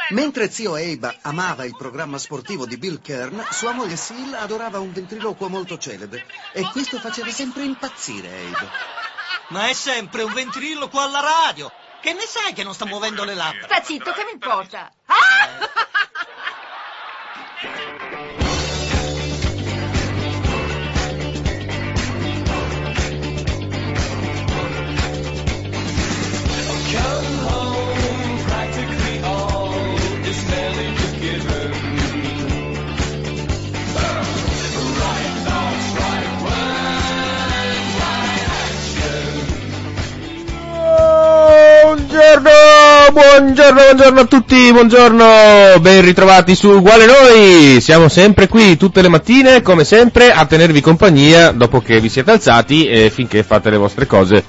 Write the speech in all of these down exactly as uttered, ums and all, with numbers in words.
Mentre zio Abe amava il programma sportivo di Bill Kern, sua moglie Sil adorava un ventriloquo molto celebre e questo faceva sempre impazzire Abe. Ma è sempre un ventriloquo alla radio! Che ne sai che non sta muovendo le labbra? Sta zitto, che mi importa? Ah! Buongiorno, buongiorno, buongiorno a tutti, buongiorno, ben ritrovati su Uguale Noi, siamo sempre qui tutte le mattine, come sempre, a tenervi compagnia dopo che vi siete alzati e finché fate le vostre cose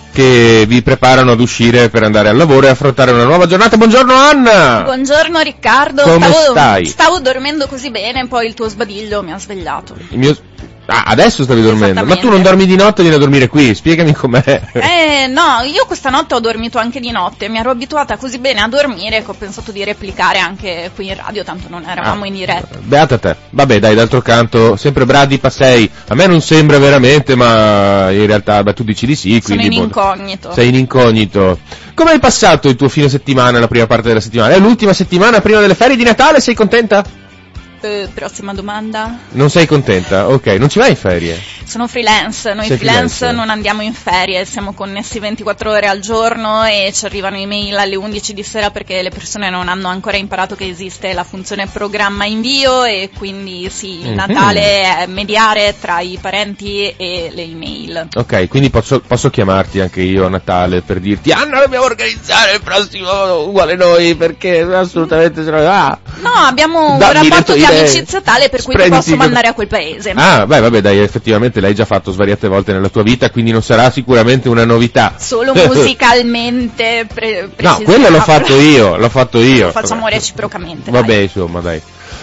che vi preparano ad uscire per andare al lavoro e affrontare una nuova giornata. Buongiorno Anna! Buongiorno Riccardo, come stavo, stai? Stavo dormendo così bene, poi il tuo sbadiglio mi ha svegliato. Il mio... Ah, adesso stavi dormendo? Ma tu non dormi di notte e vieni a dormire qui, spiegami com'è. Eh, no, io questa notte ho dormito anche di notte, mi ero abituata così bene a dormire che ho pensato di replicare anche qui in radio, tanto non eravamo ah, in diretta. Beata te. Vabbè, dai, d'altro canto, sempre bradipa sei. A me non sembra veramente, ma in realtà, beh, tu dici di sì, Sono quindi... in incognito. Sei in incognito. Come hai passato il tuo fine settimana, la prima parte della settimana? È l'ultima settimana prima delle ferie di Natale, sei contenta? Uh, prossima domanda. Non sei contenta? Ok, non ci vai in ferie? Sono freelance, noi sei freelance, freelance non andiamo in ferie, siamo connessi ventiquattro ore al giorno e ci arrivano email alle undici di sera perché le persone non hanno ancora imparato che esiste la funzione programma invio e quindi sì, il mm-hmm. Natale è mediare tra i parenti e le email. Ok, quindi posso, posso chiamarti anche io a Natale per dirti Anna, dobbiamo organizzare il prossimo Uguale Noi perché assolutamente se no... Ah, no, abbiamo Dammi un rapporto di amicizia tale per cui ti posso mandare a quel paese. Ah, beh, vabbè, dai, effettivamente l'hai già fatto svariate volte nella tua vita, quindi non sarà sicuramente una novità. Solo musicalmente pre- No, quello l'ho fatto io, l'ho fatto io. Lo facciamo reciprocamente. Vabbè, dai. insomma, dai.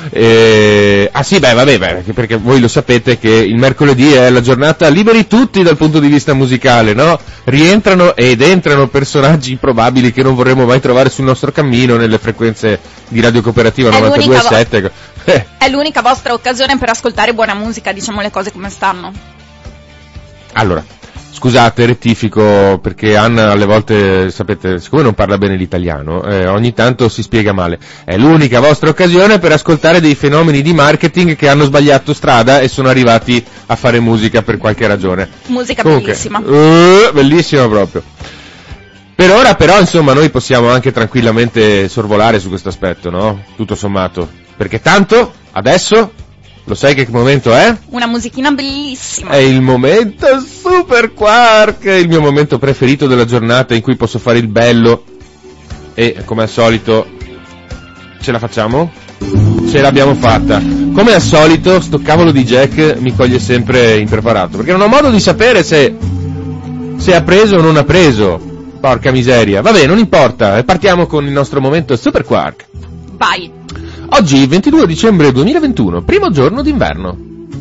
Eh, ah sì, beh, vabbè, beh, perché voi lo sapete che il mercoledì è la giornata liberi tutti dal punto di vista musicale, no? Rientrano ed entrano personaggi improbabili che non vorremmo mai trovare sul nostro cammino nelle frequenze di Radio Cooperativa novantadue virgola sette. Vo- eh. È l'unica vostra occasione per ascoltare buona musica, diciamo le cose come stanno. Allora, scusate, rettifico, perché Anna alle volte, sapete, siccome non parla bene l'italiano, eh, ogni tanto si spiega male. È l'unica vostra occasione per ascoltare dei fenomeni di marketing che hanno sbagliato strada e sono arrivati a fare musica per qualche ragione. Musica Comunque, bellissima. Uh, bellissima proprio. Per ora però, insomma, noi possiamo anche tranquillamente sorvolare su questo aspetto, no? Tutto sommato. Perché tanto, adesso... Lo sai che momento è? Una musichina bellissima. È il momento Super Quark, il mio momento preferito della giornata in cui posso fare il bello e, come al solito, ce la facciamo? Ce l'abbiamo fatta. Come al solito, sto cavolo di Jack mi coglie sempre impreparato, perché non ho modo di sapere se, se ha preso o non ha preso. Porca miseria. Vabbè, non importa, partiamo con il nostro momento Super Quark. Vai. Oggi, ventidue dicembre duemilaventuno, primo giorno d'inverno.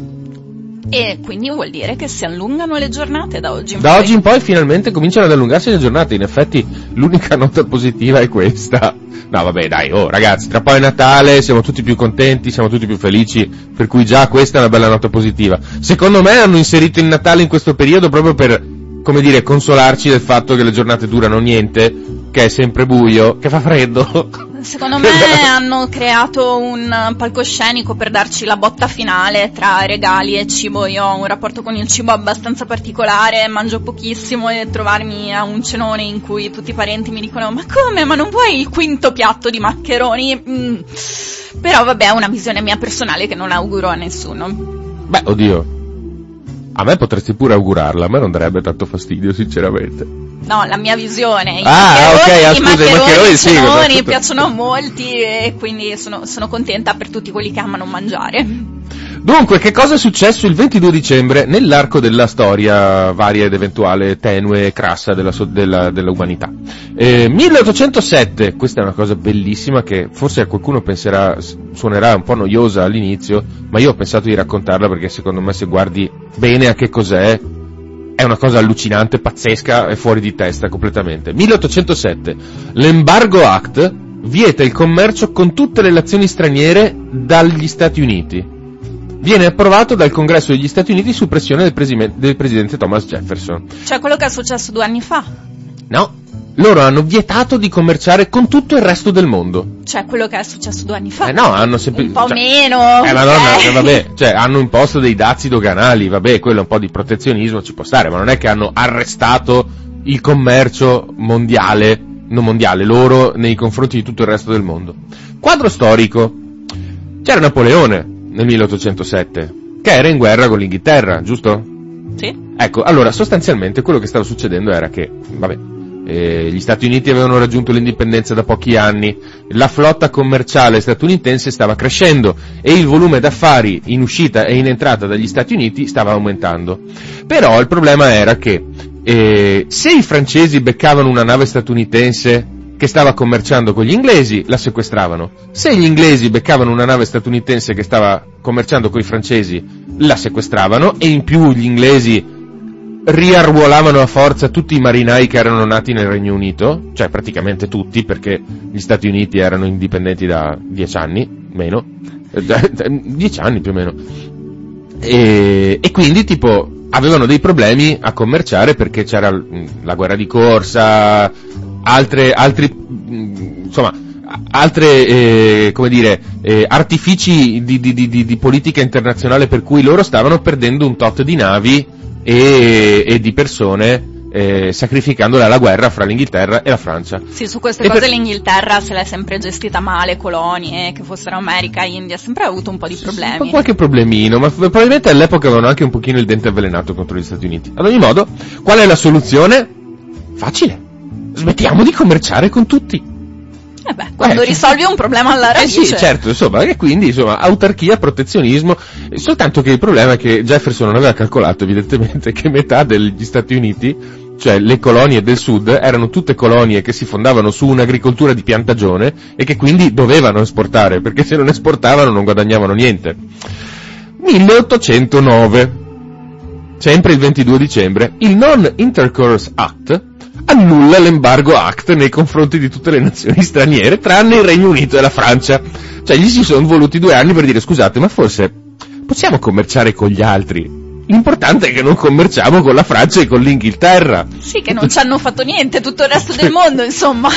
E quindi vuol dire che si allungano le giornate da oggi in da poi. Da oggi in poi finalmente cominciano ad allungarsi le giornate, in effetti l'unica nota positiva è questa. No vabbè dai, oh ragazzi, tra poi è Natale, siamo tutti più contenti, siamo tutti più felici, per cui già questa è una bella nota positiva. Secondo me hanno inserito il Natale in questo periodo proprio per, come dire, consolarci del fatto che le giornate durano niente, che è sempre buio, che fa freddo. Secondo me hanno creato un palcoscenico per darci la botta finale tra regali e cibo. Io ho un rapporto con il cibo abbastanza particolare, mangio pochissimo e trovarmi a un cenone in cui tutti i parenti mi dicono ma come, ma non vuoi il quinto piatto di maccheroni? Mm. Però vabbè, è una visione mia personale che non auguro a nessuno. Beh, oddio, a me potresti pure augurarla, a me non darebbe tanto fastidio sinceramente. No, la mia visione. I ah, maccheroni, ok, i scusa, maccheroni, i maccheroni, sì, cenoni, sì, piacciono a molti e quindi sono, sono contenta per tutti quelli che amano mangiare. Dunque, che cosa è successo il ventidue dicembre nell'arco della storia varia ed eventuale, tenue e crassa della, della, dell'umanità? Eh, milleottocentosette, questa è una cosa bellissima che forse a qualcuno penserà, suonerà un po' noiosa all'inizio, ma io ho pensato di raccontarla perché secondo me se guardi bene a che cos'è, è una cosa allucinante, pazzesca e fuori di testa completamente. milleottocentosette, l'Embargo Act vieta il commercio con tutte le nazioni straniere dagli Stati Uniti. Viene approvato dal Congresso degli Stati Uniti su pressione del, presime- del presidente Thomas Jefferson. Cioè quello che è successo due anni fa. No, loro hanno vietato di commerciare con tutto il resto del mondo. Cioè quello che è successo due anni fa. Eh no, hanno sempre... Un po' cioè, meno. Eh madonna, okay. eh, vabbè, cioè hanno imposto dei dazi doganali, vabbè, quello è un po' di protezionismo, ci può stare, ma non è che hanno arrestato il commercio mondiale, non mondiale, loro nei confronti di tutto il resto del mondo. Quadro storico. C'era Napoleone nel milleottocentosette, che era in guerra con l'Inghilterra, giusto? Sì. Ecco, allora sostanzialmente quello che stava succedendo era che, vabbè, eh, gli Stati Uniti avevano raggiunto l'indipendenza da pochi anni, la flotta commerciale statunitense stava crescendo e il volume d'affari in uscita e in entrata dagli Stati Uniti stava aumentando. Però il problema era che eh, se i francesi beccavano una nave statunitense che stava commerciando con gli inglesi, la sequestravano. Se gli inglesi beccavano una nave statunitense che stava commerciando con i francesi, la sequestravano, e in più gli inglesi riarruolavano a forza tutti i marinai che erano nati nel Regno Unito, cioè praticamente tutti, perché gli Stati Uniti erano indipendenti da dieci anni, meno, dieci anni più o meno, e, e quindi tipo avevano dei problemi a commerciare perché c'era la guerra di corsa, altre, altri, insomma, altre, eh, come dire, eh, artifici di, di, di, di politica internazionale per cui loro stavano perdendo un tot di navi e, e di persone, eh, sacrificandole alla guerra fra l'Inghilterra e la Francia. Sì, su queste e cose per... l'Inghilterra se l'è sempre gestita male, colonie, che fossero America, India, ha sempre avuto un po' di problemi. Sì, qualche problemino, ma probabilmente all'epoca avevano anche un pochino il dente avvelenato contro gli Stati Uniti. Ad ogni modo, qual è la soluzione? Facile. Smettiamo di commerciare con tutti. Eh beh, quando eh, risolvi un problema alla radice. Eh sì, certo, insomma, e quindi, insomma, autarchia, protezionismo, soltanto che il problema è che Jefferson non aveva calcolato, evidentemente, che metà degli Stati Uniti, cioè le colonie del sud, erano tutte colonie che si fondavano su un'agricoltura di piantagione e che quindi dovevano esportare, perché se non esportavano non guadagnavano niente. milleottocentonove, sempre il ventidue dicembre, il Non-Intercourse Act annulla l'Embargo Act nei confronti di tutte le nazioni straniere, tranne il Regno Unito e la Francia. Cioè, gli si sono voluti due anni per dire, scusate, ma forse possiamo commerciare con gli altri? L'importante è che non commerciamo con la Francia e con l'Inghilterra. Sì, che non ci hanno fatto niente, tutto il resto del mondo, insomma.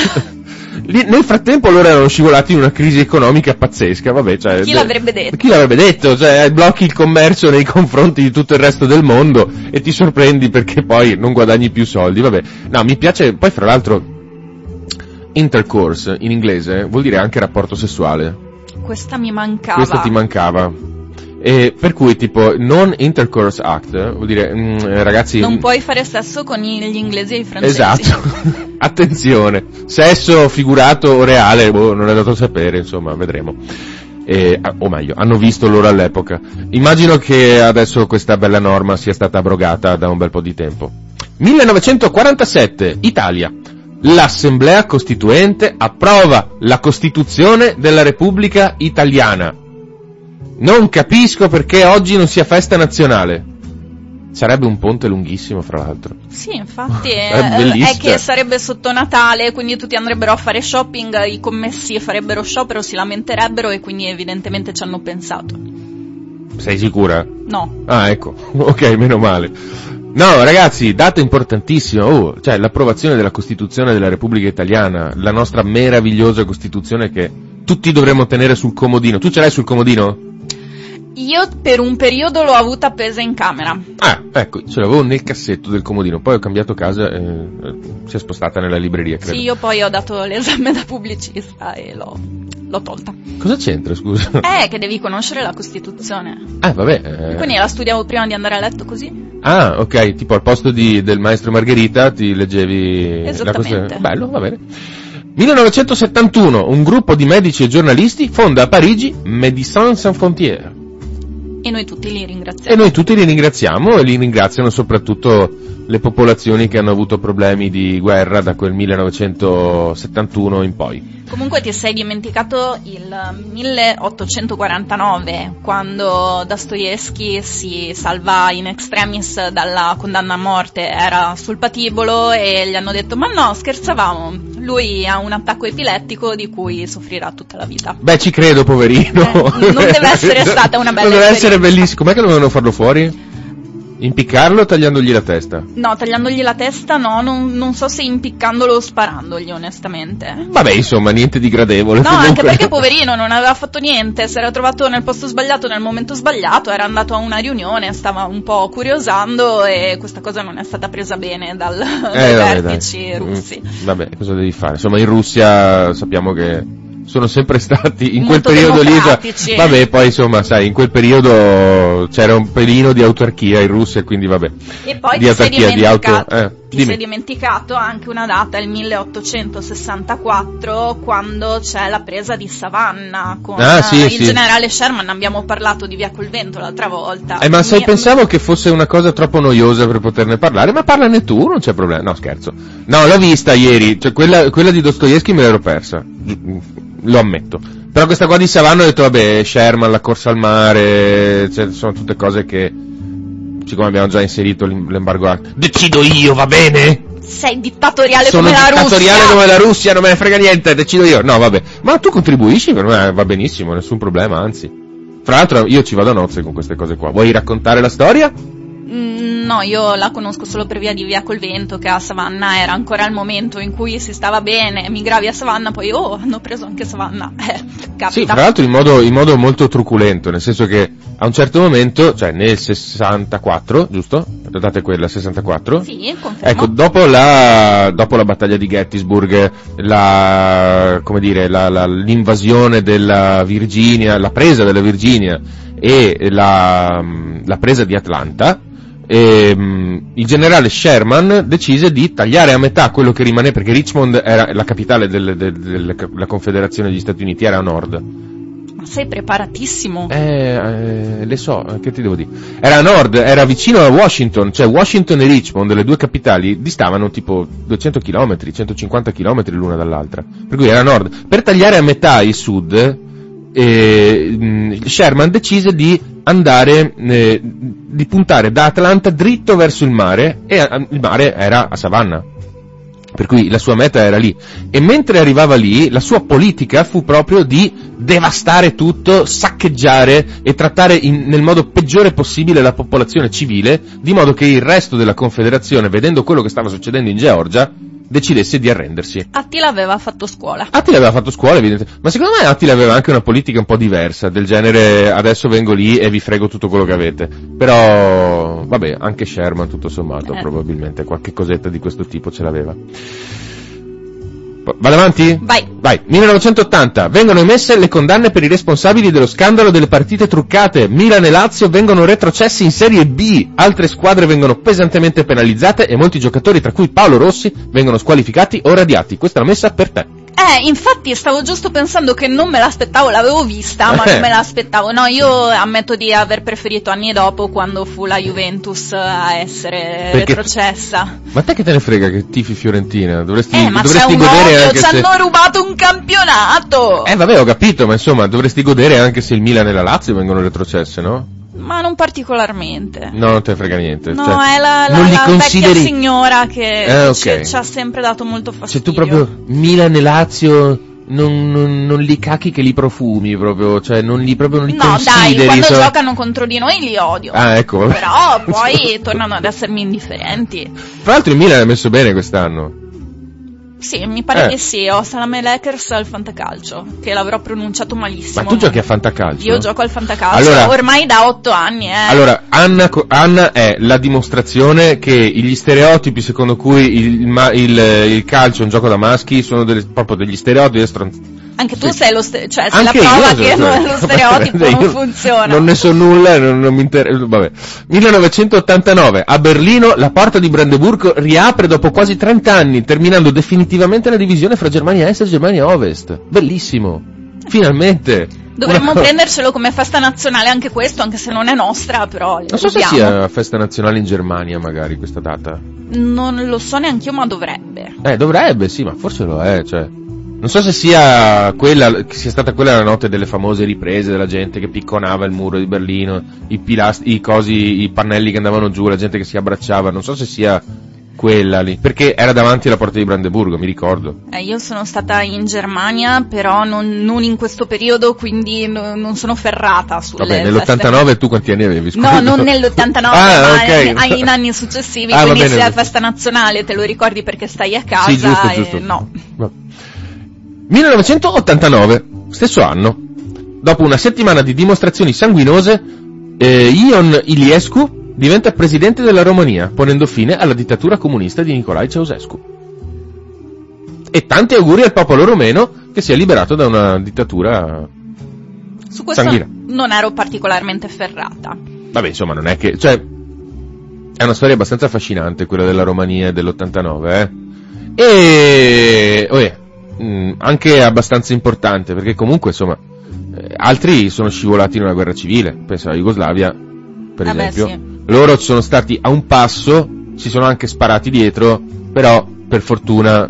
Nel frattempo loro erano scivolati in una crisi economica pazzesca, vabbè, cioè, chi l'avrebbe detto? Chi l'avrebbe detto? Cioè, blocchi il commercio nei confronti di tutto il resto del mondo e ti sorprendi perché poi non guadagni più soldi, vabbè. No, mi piace, poi fra l'altro intercourse in inglese vuol dire anche rapporto sessuale. Questa mi mancava. Questa ti mancava. E per cui tipo Non Intercourse Act vuol dire mm, ragazzi, non puoi fare sesso con gli inglesi e i francesi. Esatto. Attenzione, sesso figurato o reale, boh, non è dato sapere, insomma, vedremo. E, o meglio, hanno visto loro all'epoca. Immagino che adesso questa bella norma sia stata abrogata da un bel po' di tempo. millenovecentoquarantasette, Italia. L'Assemblea Costituente approva la Costituzione della Repubblica Italiana. Non capisco perché oggi non sia festa nazionale. Sarebbe un ponte lunghissimo, fra l'altro. Sì, infatti, è, è, è che sarebbe sotto Natale, quindi tutti andrebbero a fare shopping, i commessi farebbero sciopero, si lamenterebbero e quindi evidentemente ci hanno pensato. Sei sicura? No. Ah, ecco, ok, meno male. No, ragazzi, dato importantissimo, oh, cioè l'approvazione della Costituzione della Repubblica Italiana, la nostra meravigliosa Costituzione che tutti dovremmo tenere sul comodino. Tu ce l'hai sul comodino? Io per un periodo l'ho avuta appesa in camera. Ah, ecco, ce l'avevo nel cassetto del comodino, poi ho cambiato casa e eh, si è spostata nella libreria, credo. Sì, io poi ho dato l'esame da pubblicista e l'ho, l'ho tolta. Cosa c'entra, scusa? Eh, che devi conoscere la Costituzione. Ah, vabbè. Eh... Quindi la studiavo prima di andare a letto così. Ah, ok, tipo al posto di, del maestro Margherita ti leggevi... Esattamente. La cosa... Bello, va bene. millenovecentosettantuno, un gruppo di medici e giornalisti fonda a Parigi Médecins Sans Frontières. E noi tutti li ringraziamo. E noi tutti li ringraziamo e li ringraziano soprattutto le popolazioni che hanno avuto problemi di guerra da quel millenovecentosettantuno in poi. Comunque ti sei dimenticato il milleottocentoquarantanove, quando Dostoevsky si salva in extremis dalla condanna a morte, era sul patibolo e gli hanno detto ma no, scherzavamo, lui ha un attacco epilettico di cui soffrirà tutta la vita. Beh, ci credo, poverino. Eh, non deve essere stata una bella Non deve essere esperienza. bellissimo. Com'è che dovevano farlo fuori? Impiccarlo o tagliandogli la testa? No, tagliandogli la testa no, non, non so se impiccandolo o sparandogli, onestamente. Vabbè, insomma, niente di gradevole. No, comunque. anche perché poverino non aveva fatto niente, si era trovato nel posto sbagliato nel momento sbagliato, era andato a una riunione, stava un po' curiosando e questa cosa non è stata presa bene dal, dai Eh, vabbè, vertici dai. russi. Mm, vabbè, cosa devi fare? Insomma, in Russia sappiamo che sono sempre stati in Molto quel periodo lì. democratici. Vabbè, poi insomma, sai, in quel periodo c'era un pelino di autarchia in Russia, quindi vabbè. E poi di ti sei autarchia, di auto. dimenticato, Eh, ti dimmi. sei dimenticato anche una data, il milleottocentosessantaquattro, quando c'è la presa di Savannah con Ah, sì, eh, il sì. generale Sherman. Abbiamo parlato di Via col Vento l'altra volta. Eh, ma sai, Mi- pensavo che fosse una cosa troppo noiosa per poterne parlare, ma parlane tu, non c'è problema. No, scherzo. No, l'ho vista ieri, cioè quella, quella di Dostoevsky me l'ero persa, lo ammetto. Però questa qua di Savannah ho detto, vabbè, Sherman, la corsa al mare, cioè, sono tutte cose che, siccome abbiamo già inserito l'em- l'embargo A, decido io, va bene? Sei dittatoriale Sono come la dittatoriale Russia. come la Russia, non me ne frega niente, decido io. No, vabbè. Ma tu contribuisci, per me va benissimo, nessun problema, anzi. Fra l'altro io ci vado a nozze con queste cose qua. Vuoi raccontare la storia? Mm, no, io la conosco solo per via di Via col Vento, che a Savannah era ancora il momento in cui si stava bene, migravi a Savannah, poi oh, hanno preso anche Savannah. Eh, capita. Sì, tra l'altro in modo, in modo molto truculento, nel senso che a un certo momento, cioè nel sessantaquattro, giusto? La data è quella, sessantaquattro? Sì, confermo. Ecco, dopo la, dopo la battaglia di Gettysburg, la, come dire, la, la, l'invasione della Virginia, la presa della Virginia e la, la presa di Atlanta, e, mh, il generale Sherman decise di tagliare a metà quello che rimane, perché Richmond era la capitale del, del, del, della Confederazione degli Stati Uniti, era a nord. Ma sei preparatissimo. Eh, eh, le so, che ti devo dire? Era a nord, era vicino a Washington, cioè Washington e Richmond, le due capitali, distavano tipo duecento chilometri, centocinquanta chilometri l'una dall'altra, per cui era a nord. Per tagliare a metà il sud, eh, mh, Sherman decise di andare, eh, di puntare da Atlanta dritto verso il mare, e a, il mare era a Savannah. Per cui la sua meta era lì, e mentre arrivava lì la sua politica fu proprio di devastare tutto, saccheggiare e trattare in, nel modo peggiore possibile la popolazione civile, di modo che il resto della Confederazione, vedendo quello che stava succedendo in Georgia, decidesse di arrendersi. Attila aveva fatto scuola. Attila aveva fatto scuola, evidentemente, ma secondo me Attila aveva anche una politica un po' diversa, del genere adesso vengo lì e vi frego tutto quello che avete. Però, vabbè, anche Sherman tutto sommato Eh. probabilmente qualche cosetta di questo tipo ce l'aveva. Vado avanti? Vai. Vai. millenovecentottanta. Vengono emesse le condanne per i responsabili dello scandalo delle partite truccate. Milan e Lazio vengono retrocessi in Serie B. Altre squadre vengono pesantemente penalizzate e molti giocatori, tra cui Paolo Rossi, vengono squalificati o radiati. Questa è la messa per te. Eh, infatti stavo giusto pensando che non me l'aspettavo, l'avevo vista, ma Eh. non me l'aspettavo. No, io ammetto di aver preferito anni dopo, quando fu la Juventus a essere Perché- retrocessa. Ma te che te ne frega che tifi Fiorentina? Dovresti, Eh, ma c'è dovresti un godere odio, anche ci se... hanno rubato un campionato! Eh vabbè, ho capito, ma insomma, dovresti godere anche se il Milan e la Lazio vengono retrocesse, no? Ma non particolarmente. No, non te ne frega niente. No, cioè, è la, la, non li la consideri... vecchia signora che, Eh, ok. ci, ci ha sempre dato molto fastidio. Cioè tu proprio Milan e Lazio non, non, non li cacchi che li profumi proprio, cioè non li proprio non li No, consideri. dai, quando so- giocano contro di noi li odio. Ah, ecco. vabbè. Però poi tornano ad essermi indifferenti. Tra l'altro il Milan è messo bene quest'anno. Sì, mi pare Eh. che sì, ho Salame Lakers al fantacalcio, che l'avrò pronunciato malissimo. Ma tu giochi a fantacalcio? Io gioco al fantacalcio, Allora- ormai da otto anni, eh. Allora, Anna, co- Anna è la dimostrazione che gli stereotipi secondo cui il, il ma- il- il calcio è un gioco da maschi sono delle- proprio degli stereotipi delle stronz- Anche tu sì. sei lo ste- cioè sei la Anche prova io, che cioè, non- lo stereotipo io non funziona. Non ne so nulla, non, non mi interessa. Vabbè. millenovecentottantanove, a Berlino la porta di Brandeburgo riapre dopo quasi trenta anni, terminando definitivamente la divisione fra Germania Est e Germania Ovest. Bellissimo. Finalmente. Dovremmo Una- prendercelo come festa nazionale anche questo, anche se non è nostra, però le Non so se rubiamo. sia festa nazionale in Germania, magari, questa data. Non lo so neanche io, ma dovrebbe. Eh, dovrebbe, sì, ma forse lo è, cioè. Non so se sia quella, che sia stata quella la notte delle famose riprese della gente che picconava il muro di Berlino, i pilastri, i cosi, i pannelli che andavano giù, la gente che si abbracciava, non so se sia Quella lì, perché era davanti alla porta di Brandeburgo, mi ricordo. Eh, io sono stata in Germania, però non, non in questo periodo, quindi no, non sono ferrata sulle Vabbè, nell'ottantanove feste. Tu quanti anni avevi? No, non nell'ottantanove, ah, ma okay. in, in anni successivi, ah, quindi bene, se è festa nazionale te lo ricordi perché stai a casa. Sì, giusto, e giusto. No. millenovecentottantanove, stesso anno, dopo una settimana di dimostrazioni sanguinose, eh, Ion Iliescu diventa presidente della Romania, ponendo fine alla dittatura comunista di Nicolae Ceausescu. E tanti auguri al popolo romeno che si è liberato da una dittatura Su questo sanguina. Non ero particolarmente ferrata. Vabbè, insomma, non è che... cioè, è una storia abbastanza affascinante quella della Romania e dell'ottantanove, eh? E... Oh, eh, mh, anche abbastanza importante, perché comunque, insomma, eh, altri sono scivolati in una guerra civile. Penso alla Jugoslavia, per ah esempio. Beh, sì. Loro ci sono stati a un passo, si sono anche sparati dietro, però per fortuna,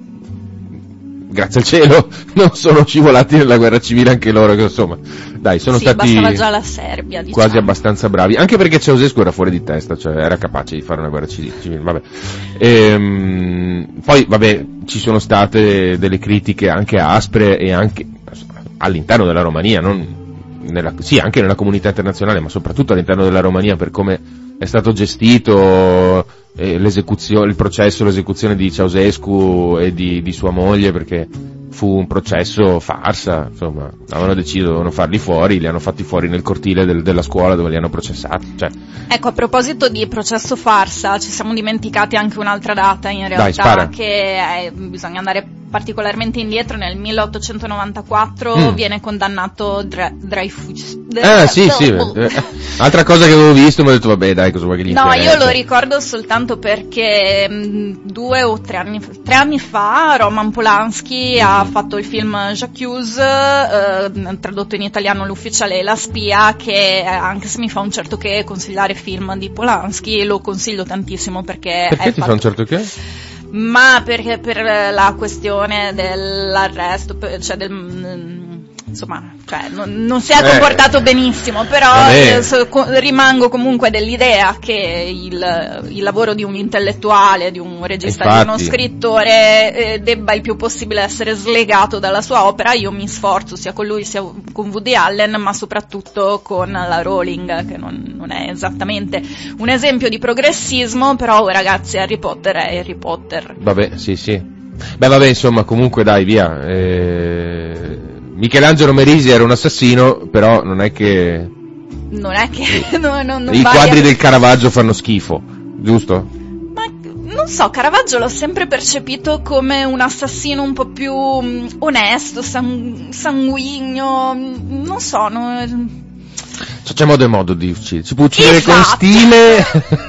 grazie al cielo, non sono scivolati nella guerra civile anche loro, che insomma, dai, sono sì, stati bastava già la Serbia, diciamo. Quasi abbastanza bravi, anche perché Ceausescu era fuori di testa, cioè era capace di fare una guerra civile, vabbè. Ehm, poi, vabbè, ci sono state delle critiche anche aspre e anche all'interno della Romania, non Nella, sì, anche nella comunità internazionale, ma soprattutto all'interno della Romania, per come è stato gestito eh, l'esecuzione, il processo, l'esecuzione di Ceausescu e di, di sua moglie, perché fu un processo farsa, insomma, avevano deciso, dovevano farli fuori, li hanno fatti fuori nel cortile del, della scuola dove li hanno processati, cioè. Ecco, a proposito di processo farsa, ci siamo dimenticati anche un'altra data in realtà. Dai, spara. Che è, bisogna andare particolarmente indietro. Nel milleottocentonovantaquattro mm. viene condannato Dre- Dreyfus. Ah, sì, sì, eh, altra cosa che avevo visto, mi ho detto vabbè dai, cosa vuoi che gli No, interessa? io lo ricordo soltanto perché mh, due o tre anni, tre anni fa Roman Polanski mm. ha fatto il film J'accuse, eh, tradotto in italiano L'ufficiale e la spia, che eh, anche se mi fa un certo che consigliare film di Polanski, lo consiglio tantissimo perché Perché è ti fatto... fa un certo che? Ma perché per la questione dell'arresto, cioè del... insomma, cioè, non, non si è comportato eh, benissimo, però eh, so, co- rimango comunque dell'idea che il, il lavoro di un intellettuale, di un regista, Infatti. di uno scrittore eh, debba il più possibile essere slegato dalla sua opera. Io mi sforzo sia con lui sia con Woody Allen, ma soprattutto con la Rowling, che non, non è esattamente un esempio di progressismo, però ragazzi, Harry Potter è Harry Potter. Vabbè, sì, sì. Beh, vabbè, insomma, comunque dai, via. Eh... Michelangelo Merisi era un assassino, però non è che... Non è che... no, no, non I vai quadri a... del Caravaggio fanno schifo, giusto? Ma non so, Caravaggio l'ho sempre percepito come un assassino un po' più um, onesto, sang- sanguigno, non so, no... C'è modo e modo di uccidere, si può uccidere esatto. con stile...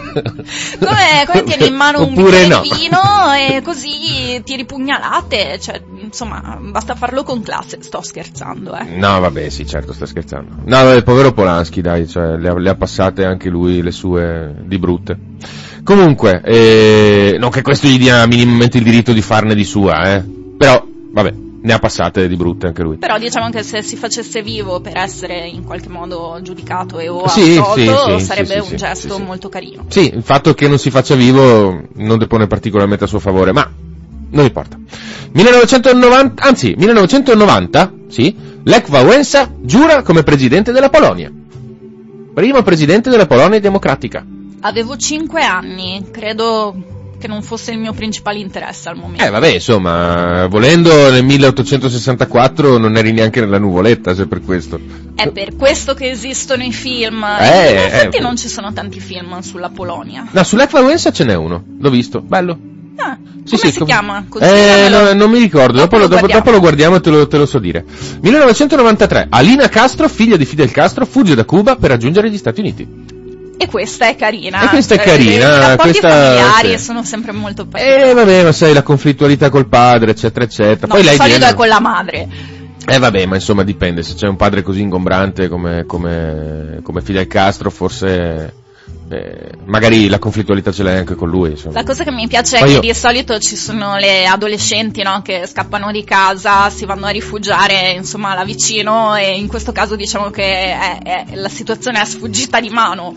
come, come tieni in mano un Oppure bicchiere no. di vino e così tiri pugnalate, cioè, insomma, basta farlo con classe. Sto scherzando, eh. No, vabbè, sì, certo, sta scherzando. No, vabbè, il povero Polanski, dai, cioè, le ha, le ha passate anche lui le sue di brutte. Comunque, eh, non che questo gli dia minimamente il diritto di farne di sua, eh, però, vabbè, ne ha passate di brutte anche lui. Però diciamo che se si facesse vivo per essere in qualche modo giudicato e o sì, assolto, sì, sarebbe sì, un sì, gesto sì, sì. molto carino. Sì, il fatto che non si faccia vivo non depone particolarmente a suo favore, ma non importa. millenovecentonovanta, anzi, millenovecentonovanta, sì, Lech Wałęsa giura come presidente della Polonia. Primo presidente della Polonia democratica. Avevo cinque anni, credo che non fosse il mio principale interesse al momento. Eh vabbè, insomma, volendo nel milleottocentosessantaquattro non eri neanche nella nuvoletta, se per questo. È per questo che esistono i film. Eh, in effetti eh, non ci sono tanti film sulla Polonia. No, su Lech Wałęsa ce n'è uno, l'ho visto, bello. Ah, Sì, come sì, si com- chiama? Eh, no, non mi ricordo, dopo, Dopo lo dopo, guardiamo. dopo lo guardiamo e te lo, te lo so dire. millenovecentonovantatré, Alina Castro, figlia di Fidel Castro, fugge da Cuba per raggiungere gli Stati Uniti. E questa è carina. E questa è carina, I rapporti questa- familiari sì. sono sempre molto particolari. Eh vabbè, ma sai, la conflittualità col padre, eccetera, eccetera. No, Poi di lei solito viene... è con la madre. Eh vabbè, ma insomma dipende, se c'è un padre così ingombrante come, come, come Fidel Castro, forse eh, magari la conflittualità ce l'hai anche con lui, insomma. La cosa che mi piace è Ma che io- di solito ci sono le adolescenti, no, che scappano di casa, si vanno a rifugiare, insomma, là vicino, e in questo caso diciamo che è, è- la situazione è sfuggita di mano.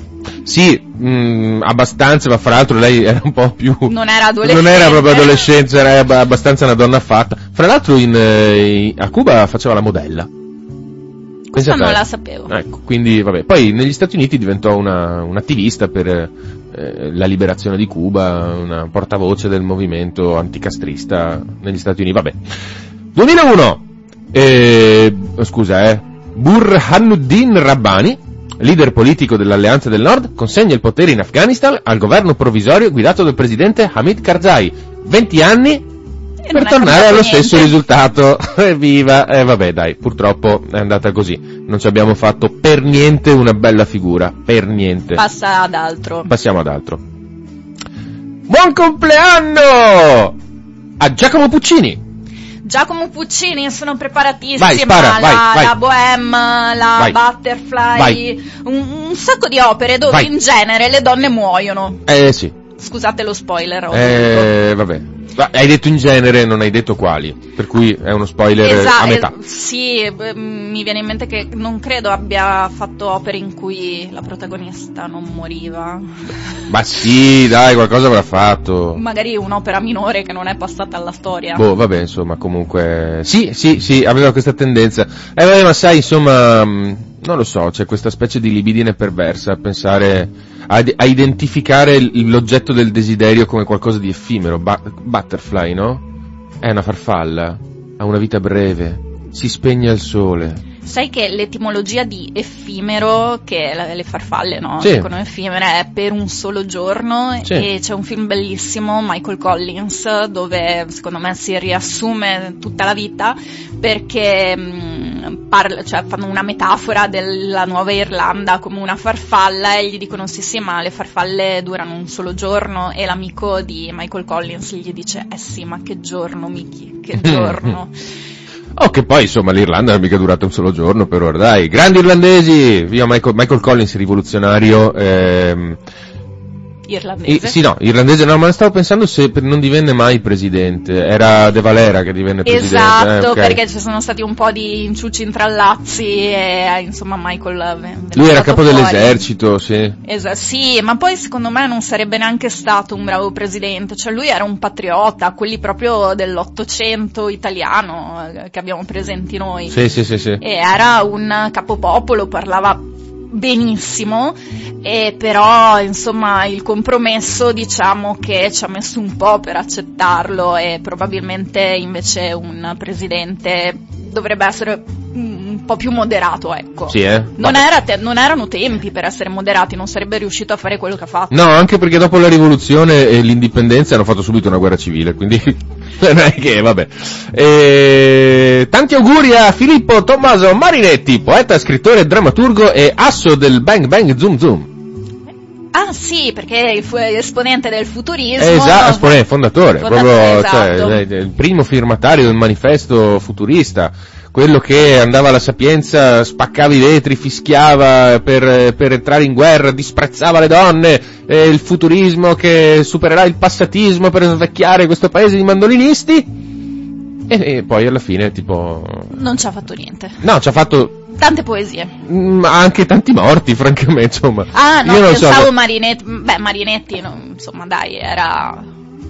Sì, mh, abbastanza, ma fra l'altro lei era un po' più... Non era adolescente. Non era proprio adolescenza, era ab- abbastanza una donna fatta. Fra l'altro in, in, a Cuba faceva la modella. Questa non la sapevo. Ecco, quindi vabbè. Poi negli Stati Uniti diventò una, un'attivista per eh, la liberazione di Cuba, una portavoce del movimento anticastrista negli Stati Uniti. Vabbè. duemilauno, eh, scusa eh, Burhanuddin Rabbani, leader politico dell'Alleanza del Nord, consegna il potere in Afghanistan al governo provvisorio guidato dal presidente Hamid Karzai. venti anni E per tornare allo stesso risultato. Evviva! E eh, vabbè dai, purtroppo è andata così. Non ci abbiamo fatto per niente una bella figura, per niente. Passa ad altro. Passiamo ad altro. Buon compleanno a Giacomo Puccini. Giacomo Puccini, sono preparatissima. Vai, spara, la, vai, vai. la Bohème, la Vai. Butterfly, Vai. un, un sacco di opere dove Vai. in genere le donne muoiono. Eh sì. Scusate lo spoiler. ho Eh vabbè. Ma hai detto in genere, non hai detto quali, per cui è uno spoiler Esa- a metà. eh, sì, eh, mi viene in mente che non credo abbia fatto opere in cui la protagonista non moriva. Ma sì, dai, qualcosa avrà fatto. Magari un'opera minore che non è passata alla storia. Boh, vabbè, insomma, comunque... Sì, sì, sì, aveva questa tendenza. Eh, vabbè, ma sai, insomma, mh, non lo so, c'è questa specie di libidine perversa a pensare, a, a identificare l- l'oggetto del desiderio come qualcosa di effimero. Ba- butterfly, no? È una farfalla, ha una vita breve, si spegne al sole. Sai che l'etimologia di effimero, che la- le farfalle, no? Sì. Dicono effimere, è per un solo giorno, Sì. e c'è un film bellissimo, Michael Collins, dove secondo me si riassume tutta la vita, perché mh, parla, cioè, fanno una metafora della Nuova Irlanda come una farfalla e gli dicono sì sì ma le farfalle durano un solo giorno, e l'amico di Michael Collins gli dice eh sì ma che giorno Mickey, che giorno. Oh, che poi, insomma, l'Irlanda non è mica durata un solo giorno, per ora, dai. Grandi irlandesi! Via Michael, Michael Collins, rivoluzionario, ehm... Irlandese. I, sì, no, irlandese no, ma stavo pensando se per, non divenne mai presidente, era De Valera che divenne presidente. Esatto, eh, okay. perché ci sono stati un po' di inciucci intrallazzi e eh, insomma Michael venne Lui era tirato capo fuori. dell'esercito, sì. Esa- sì, ma poi secondo me non sarebbe neanche stato un bravo presidente, cioè lui era un patriota, quelli proprio dell'Ottocento italiano eh, che abbiamo presenti noi. Sì, sì, sì, sì. E era un capopopolo, parlava benissimo, e però insomma il compromesso diciamo che ci ha messo un po' per accettarlo, e probabilmente invece un presidente dovrebbe essere un po' più moderato, ecco. Sì, eh? Non, Vabbè. era te- non erano tempi per essere moderati, non sarebbe riuscito a fare quello che ha fatto. No, anche perché dopo la rivoluzione e l'indipendenza hanno fatto subito una guerra civile, quindi non è che, vabbè. E... tanti auguri a Filippo Tommaso Marinetti, poeta, scrittore, drammaturgo e asso del Bang Bang Zoom Zoom. Ah sì, perché fu esponente del futurismo. Esatto, esponente, fondatore, Fondatore, proprio, esatto. cioè, il primo firmatario del manifesto futurista, quello che andava alla Sapienza, spaccava i vetri, fischiava per, per entrare in guerra, disprezzava le donne, eh, il futurismo che supererà il passatismo per svecchiare questo paese di mandolinisti, e, e poi alla fine tipo... Non ci ha fatto niente. No, ci ha fatto... Tante poesie. Mm, anche tanti morti, francamente, insomma. Ah, no, Io non pensavo so, Marinetti. Beh, Marinetti, no, insomma, dai, era...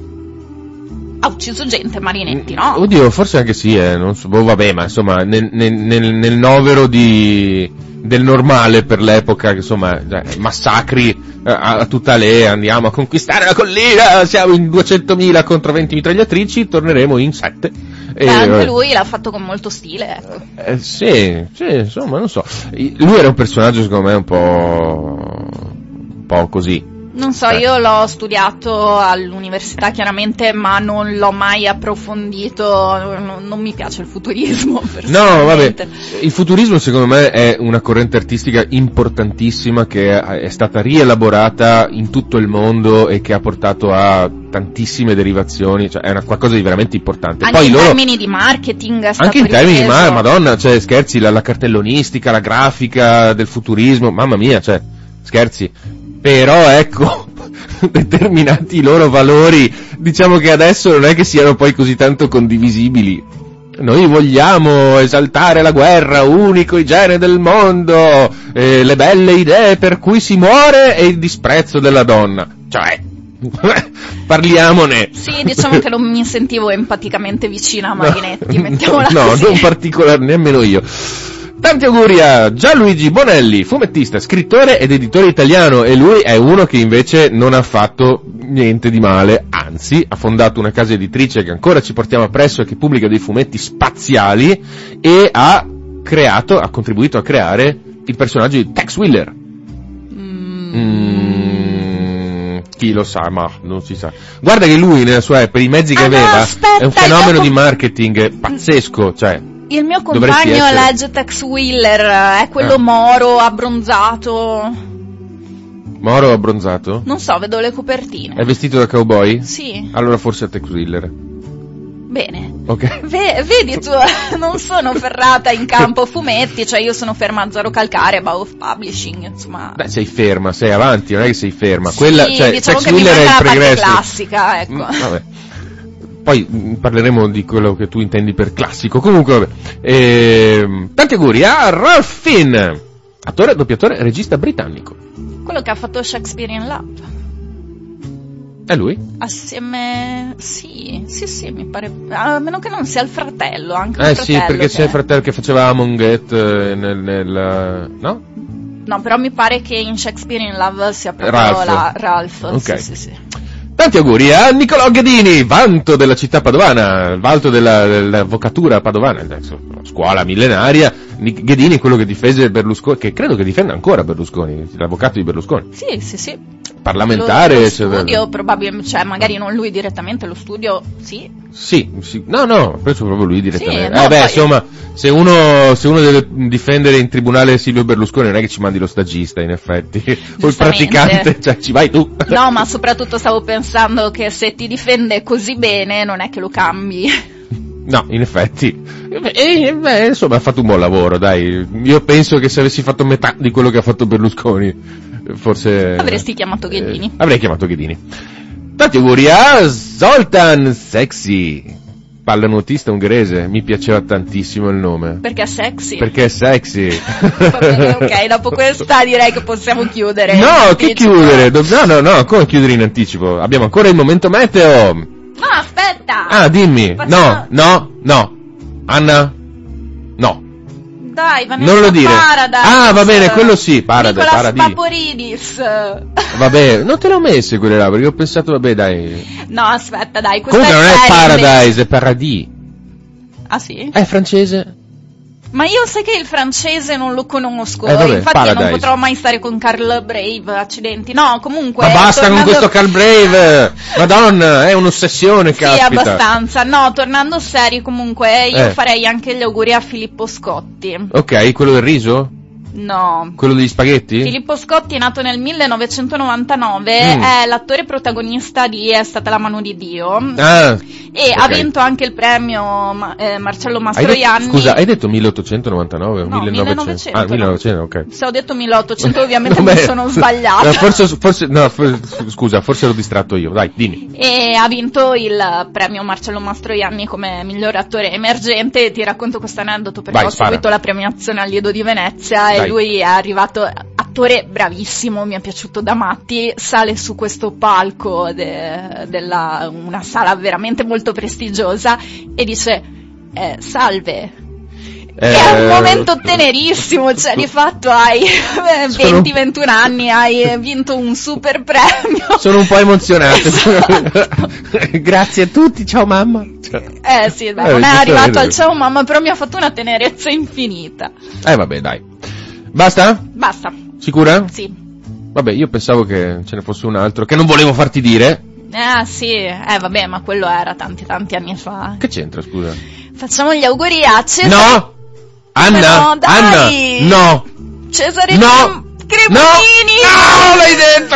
Ha ucciso gente, Marinetti, no? Oddio, forse anche sì, eh, non so, boh, vabbè, ma insomma, nel, nel, nel, nel novero di, del normale per l'epoca, insomma, cioè, massacri eh, a, a tutta lei, andiamo a conquistare la collina, siamo in duecentomila contro venti mitragliatrici, torneremo in sette. Beh, anche lui l'ha fatto con molto stile, ecco. Eh, sì, sì, insomma, non so. Lui era un personaggio, secondo me, un po', un po' così. Non so, io l'ho studiato all'università chiaramente, ma non l'ho mai approfondito, non, non mi piace il futurismo. No, vabbè, il futurismo secondo me è una corrente artistica importantissima che è stata rielaborata in tutto il mondo e che ha portato a tantissime derivazioni, cioè è una, qualcosa di veramente importante. Anche Poi in loro, termini di marketing è stato anche in termini di ripreso. ma, madonna, cioè scherzi, la, la cartellonistica, la grafica del futurismo, mamma mia, cioè scherzi. Però ecco, determinati loro valori, diciamo che adesso non è che siano poi così tanto condivisibili. Noi vogliamo esaltare la guerra, unico igiene del mondo, eh, le belle idee per cui si muore e il disprezzo della donna. Cioè, parliamone. Sì, diciamo che non mi sentivo empaticamente vicina a Marinetti, no, mettiamola no, così. No, non particolare, nemmeno io. Tanti auguri a Gianluigi Bonelli, fumettista, scrittore ed editore italiano, e lui è uno che invece non ha fatto niente di male, anzi ha fondato una casa editrice che ancora ci portiamo appresso e che pubblica dei fumetti spaziali e ha creato, ha contribuito a creare il personaggio di Tex Willer. Mm. Mm, chi lo sa, ma non si sa. Guarda che lui nella sua, per i mezzi che ah, aveva, no, aspetta, è un fenomeno dopo... di marketing pazzesco, cioè. Il mio compagno legge Tex Willer, è quello ah. moro, abbronzato. Moro abbronzato? Non so, vedo le copertine. È vestito da cowboy? Sì. Allora forse è Tex Willer. Bene. Ok. V- vedi tu, non sono ferrata in campo fumetti, cioè io sono ferma a Zero Calcare, Bauhaus Publishing, insomma. Beh, sei ferma, sei avanti, non è che sei ferma. Quella, sì, cioè, diciamo Tex che Willer mi è il manca la pregresso. parte classica, ecco. Mm, vabbè. Poi parleremo di quello che tu intendi per classico. Comunque, vabbè. Ehm, tanti auguri a Ralph Finn, attore, doppiatore, regista britannico. Quello che ha fatto Shakespeare in Love. È lui? Assieme... sì, sì, sì, mi pare... a meno che non sia il fratello, anche Eh il sì, fratello perché che... c'è il fratello che faceva Among It eh, nel, nel... no? No, però mi pare che in Shakespeare in Love sia proprio Ralph. la Ralph. Ok. Sì, sì, sì. Tanti auguri a Niccolò Ghedini, vanto della città padovana, vanto della, dell'avvocatura padovana, adesso, scuola millenaria. Ghedini è quello che difese Berlusconi, che credo che difenda ancora Berlusconi, l'avvocato di Berlusconi. Sì, sì, sì. Parlamentare. Lo, lo cioè, studio, probabilmente, cioè magari non lui direttamente, lo studio, sì. Sì, sì, no, no, penso proprio lui direttamente. Sì, no, eh beh, poi... insomma, se uno, se uno deve difendere in tribunale Silvio Berlusconi, non è che ci mandi lo stagista, in effetti, o il praticante, cioè ci vai tu. No, ma soprattutto stavo pensando che se ti difende così bene, non è che lo cambi. No, in effetti. E, beh, insomma, ha fatto un buon lavoro, dai. Io penso che se avessi fatto metà di quello che ha fatto Berlusconi, forse... Avresti chiamato Ghedini. Eh, avrei chiamato Ghedini. Tanti auguri a Zoltan Sexy, pallanuotista ungherese. Mi piaceva tantissimo il nome. Perché è sexy? Perché è sexy. Va bene, ok, dopo questa direi che possiamo chiudere. No, che chiudere? No, no, no, come chiudere in anticipo? Abbiamo ancora il momento meteo. No, aspetta! Ah, dimmi. Facciamo... No, no, no. Anna? No. Dai, Vanessa non lo dire. Paradise. Ah, va bene, quello sì, Paradise, Nicolas Paradis. Paporidis. Vabbè, non te le ho messe quelle là, perché ho pensato, vabbè, dai. No, aspetta, dai, questa comunque è non è seria, Paradise, è Paradis. Ah, sì? È francese. Ma io sai che il francese non lo conosco, eh, vabbè, infatti Paradise. non potrò mai stare con Carl Brave, accidenti. No, comunque... Ma basta tornando... con questo Carl Brave! Madonna, è un'ossessione, sì, caspita. Sì, abbastanza. No, tornando seri, comunque, io eh. farei anche gli auguri a Filippo Scotti. Ok, quello del riso? No. Quello degli spaghetti? Filippo Scotti è nato nel millenovecentonovantanove, mm. è l'attore protagonista di È stata la mano di Dio. Ah, e okay. ha vinto anche il premio ma, eh, Marcello Mastroianni. Hai detto, scusa, hai detto milleottocentonovantanove o no, millenovecento? millenovecento. Ah, millenovecento, ok. Se ho detto milleottocento ovviamente mi sono sbagliata. No, forse, forse, no, forse, scusa, forse ero distratto io, dai, dimmi. E ha vinto il premio Marcello Mastroianni come miglior attore emergente. Ti racconto questo aneddoto perché Vai, ho spara. seguito la premiazione al Lido di Venezia. Dai. E lui è arrivato, attore bravissimo, mi è piaciuto da matti, sale su questo palco de, della una sala veramente molto prestigiosa e dice eh, salve. Eh, è un momento tenerissimo, cioè di fatto hai venti ventuno anni, hai vinto un super premio. Sono un po' emozionato. Grazie a tutti, ciao mamma. Eh sì, beh, eh, non è arrivato al ciao mamma, però mi ha fatto una tenerezza infinita. Eh vabbè, dai. Basta? Basta. Sicura? Sì. Vabbè, io pensavo che ce ne fosse un altro, che non volevo farti dire. Ah sì, eh vabbè, ma quello era tanti tanti anni fa. Che c'entra, scusa? Facciamo gli auguri a Cesare. No! Anna! No, dai! Anna! No! Cesare no! Cremonini! No! No, l'hai detto!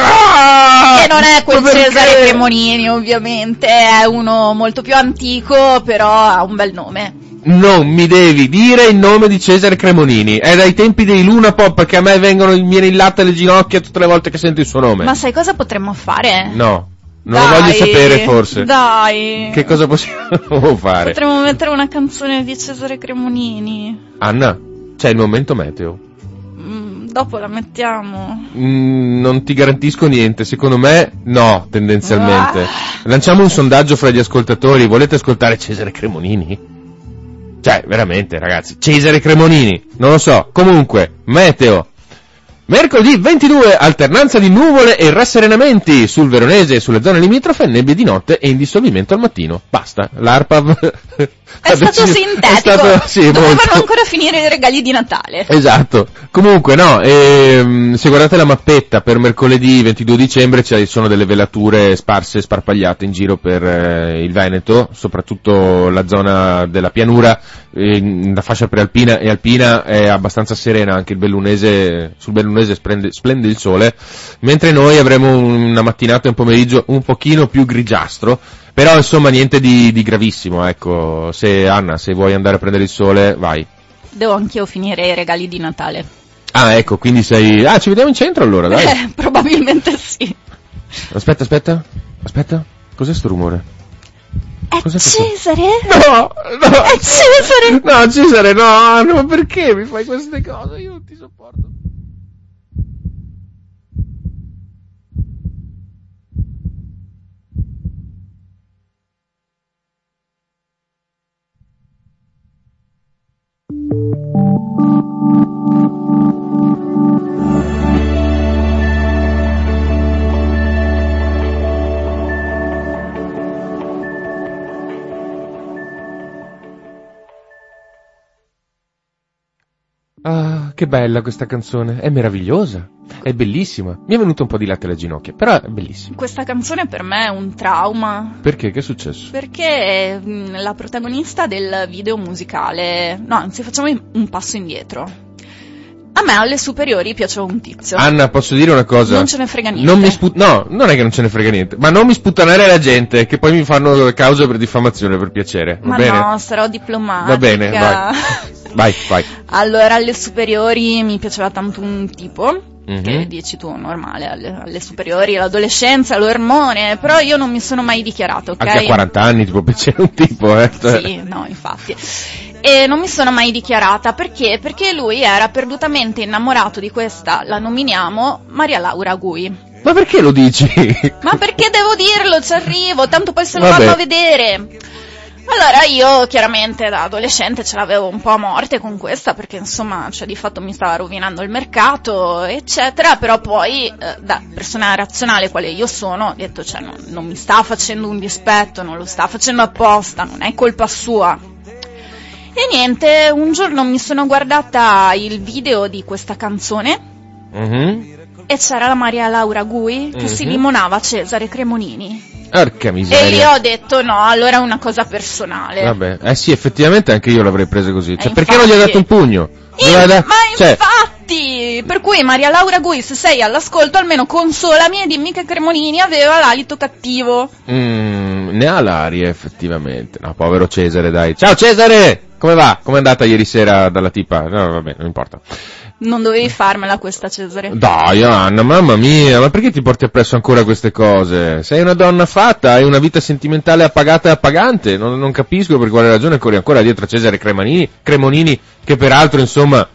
E non è quel Cesare Cremonini, ovviamente, è uno molto più antico, però ha un bel nome. Non mi devi dire il nome di Cesare Cremonini, è dai tempi dei Luna Pop che a me vengono, mi viene il latte alle ginocchia tutte le volte che sento il suo nome. Ma sai cosa potremmo fare? No. Non Dai, lo voglio sapere, forse. Dai. Che cosa possiamo fare? Potremmo mettere una canzone di Cesare Cremonini. Anna, c'è il momento meteo. Mm, dopo la mettiamo. Mm, non ti garantisco niente, secondo me no, tendenzialmente. Ah. Lanciamo un sondaggio fra gli ascoltatori, volete ascoltare Cesare Cremonini? Cioè, veramente, ragazzi, Cesare Cremonini, non lo so. Comunque, meteo. Mercoledì ventidue, alternanza di nuvole e rasserenamenti sul Veronese e sulle zone limitrofe, nebbie di notte e indissolvimento al mattino. Basta, l'ARPAV È stato sintetico, è stato, sì, dovevano molto. ancora finire i regali di Natale. Esatto. Comunque no, ehm, se guardate la mappetta per mercoledì ventidue dicembre ci sono delle velature sparse, sparpagliate in giro per eh, il Veneto, soprattutto la zona della pianura, eh, la fascia prealpina e alpina è abbastanza serena, anche il bellunese, sul bellunese splende, splende il sole, mentre noi avremo una mattinata e un pomeriggio un pochino più grigiastro. Però insomma niente di, di gravissimo, ecco. Se Anna, se vuoi andare a prendere il sole, vai. Devo anch'io finire i regali di Natale. Ah, ecco, quindi sei... Ah, ci vediamo in centro allora, dai. Eh, probabilmente sì. Aspetta, aspetta, aspetta. Cos'è sto rumore? È Cos'è Cesare? No, no. È Cesare! No, Cesare, no, no, perché mi fai queste cose? Io non ti sopporto. Ah, che bella questa canzone, è meravigliosa, è bellissima. Mi è venuto un po' di latte alle ginocchia, però è bellissima. Questa canzone per me è un trauma. Perché? Che è successo? Perché mh, la protagonista del video musicale... No, anzi, facciamo un passo indietro. A me alle superiori piaceva un tizio. Anna, posso dire una cosa? Non ce ne frega niente. Non mi spu- no, non è che non ce ne frega niente, ma non mi sputtanare la gente, che poi mi fanno cause per diffamazione, per piacere, va Ma bene? no, sarò diplomatica. Va bene, vai. Vai, vai. Allora, alle superiori mi piaceva tanto un tipo, Mm-hmm. che dici tu, normale, alle, alle superiori, l'adolescenza, l'ormone, però io non mi sono mai dichiarata, ok? Anche a quaranta anni ti può piacere un tipo, eh? Sì, no, infatti. E non mi sono mai dichiarata, perché? Perché lui era perdutamente innamorato di questa, la nominiamo, Maria Laura Gui. Ma perché lo dici? Ma perché devo dirlo, ci arrivo, tanto poi se lo Vabbè. vanno a vedere. Allora io chiaramente da adolescente ce l'avevo un po' a morte con questa, perché insomma, cioè di fatto mi stava rovinando il mercato, eccetera, però poi eh, da persona razionale quale io sono, ho detto, cioè non, non mi sta facendo un dispetto, non lo sta facendo apposta, non è colpa sua. E niente, un giorno mi sono guardata il video di questa canzone, Mm-hmm. e c'era la Maria Laura Gui che Mhm. si limonava Cesare Cremonini. Porca E miseria. io ho detto no, allora è una cosa personale. Vabbè, eh sì, effettivamente anche io l'avrei presa così. Cioè, Eh, perché non gli hai infatti. dato un pugno? In- Doveva da- ma cioè, infatti, per cui Maria Laura Gui, se sei all'ascolto, almeno consolami e dimmi che Cremonini aveva l'alito cattivo. mm, ne ha l'aria, effettivamente. No, povero Cesare, dai. Ciao Cesare! Come va? Com'è andata ieri sera dalla tipa? No, vabbè, non importa. Non dovevi farmela questa, Cesare. Dai, Anna, mamma mia, ma perché ti porti appresso ancora queste cose? Sei una donna fatta, hai una vita sentimentale appagata e appagante. Non, non capisco per quale ragione corri ancora dietro a Cesare Cremonini, Cremonini, che peraltro, insomma,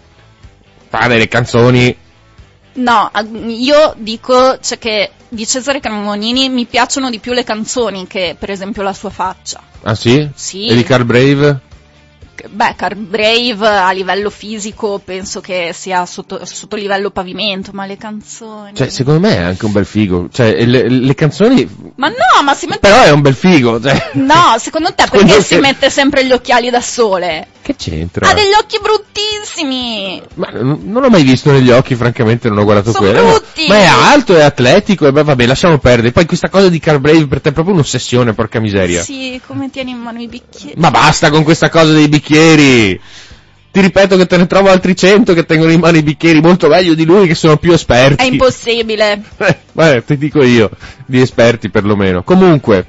fa delle canzoni. No, a- io dico cioè, che di Cesare Cremonini mi piacciono di più le canzoni che, per esempio, la sua faccia. Ah sì? Sì. E di Carl Brave? Beh, Car Brave a livello fisico penso che sia sotto, sotto livello pavimento, ma le canzoni... Cioè, secondo me è anche un bel figo. Cioè, le, le canzoni... Ma no, ma si mette... Però è un bel figo, cioè... No, secondo te perché Quello si che- mette sempre gli occhiali da sole? Che c'entra? Ha degli occhi bruttissimi! Ma n- non l'ho mai visto negli occhi, francamente, non ho guardato Sono quello. brutti! Ma è alto, è atletico, e beh, vabbè, lasciamo perdere. Poi questa cosa di Carl Brave per te è proprio un'ossessione, porca miseria. Sì, come tieni in mano i bicchieri. Ma basta con questa cosa dei bicchieri! Ti ripeto che te ne trovo altri cento che tengono in mano i bicchieri molto meglio di lui, che sono più esperti. È impossibile. Eh, vabbè, ti dico io, di esperti perlomeno. Comunque,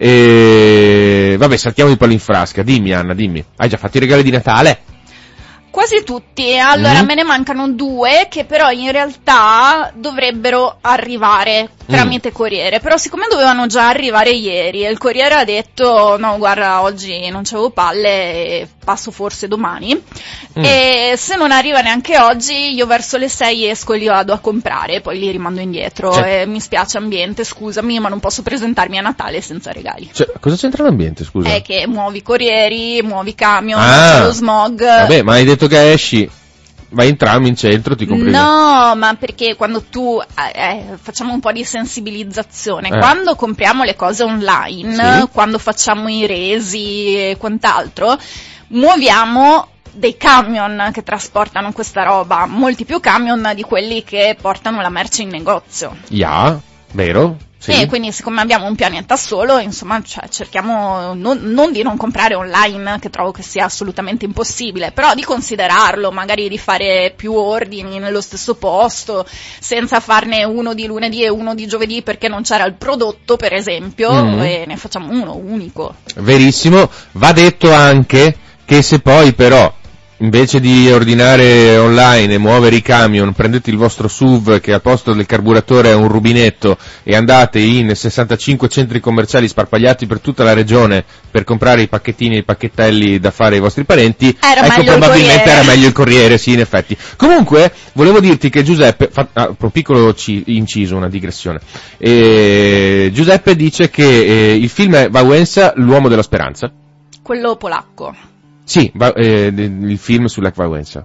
eh, vabbè, saltiamo di palo in frasca. Dimmi, Anna, dimmi. Hai già fatto i regali di Natale? Quasi tutti, allora Mm. me ne mancano due che però in realtà dovrebbero arrivare tramite corriere, però siccome dovevano già arrivare ieri e il corriere ha detto no guarda oggi non c'avevo palle e passo forse domani Mm. e se non arriva neanche oggi io verso le sei esco e li vado a comprare, poi li rimando indietro Cioè- e mi spiace ambiente, scusami ma non posso presentarmi a Natale senza regali. Cioè, cosa c'entra l'ambiente, scusa? È che muovi corrieri, muovi camion, Ah. c'è lo smog. Vabbè, ma hai detto che esci, vai in tram in centro, ti compri... No, ma perché quando tu eh, eh, facciamo un po' di sensibilizzazione, Eh. quando compriamo le cose online, Sì. quando facciamo i resi e quant'altro, muoviamo dei camion che trasportano questa roba, molti più camion di quelli che portano la merce in negozio. Ya, vero? Sì. E quindi siccome abbiamo un pianeta solo, insomma, cioè, cerchiamo non, non di non comprare online, che trovo che sia assolutamente impossibile, però di considerarlo, magari di fare più ordini nello stesso posto, senza farne uno di lunedì e uno di giovedì perché non c'era il prodotto, per esempio, Mm. e ne facciamo uno unico. Verissimo, va detto anche che se poi però invece di ordinare online e muovere i camion prendete il vostro S U V che al posto del carburatore ha un rubinetto e andate in sessantacinque centri commerciali sparpagliati per tutta la regione per comprare i pacchettini e i pacchettelli da fare ai vostri parenti, Era ecco meglio il probabilmente Corriere. era meglio il Corriere, sì in effetti. Comunque volevo dirti che Giuseppe, fa, ah, un piccolo ci- inciso, una digressione, eh, Giuseppe dice che eh, il film è Wałęsa, l'uomo della speranza. Quello polacco. Sì, va- eh, il film sull'Lech Wałęsa.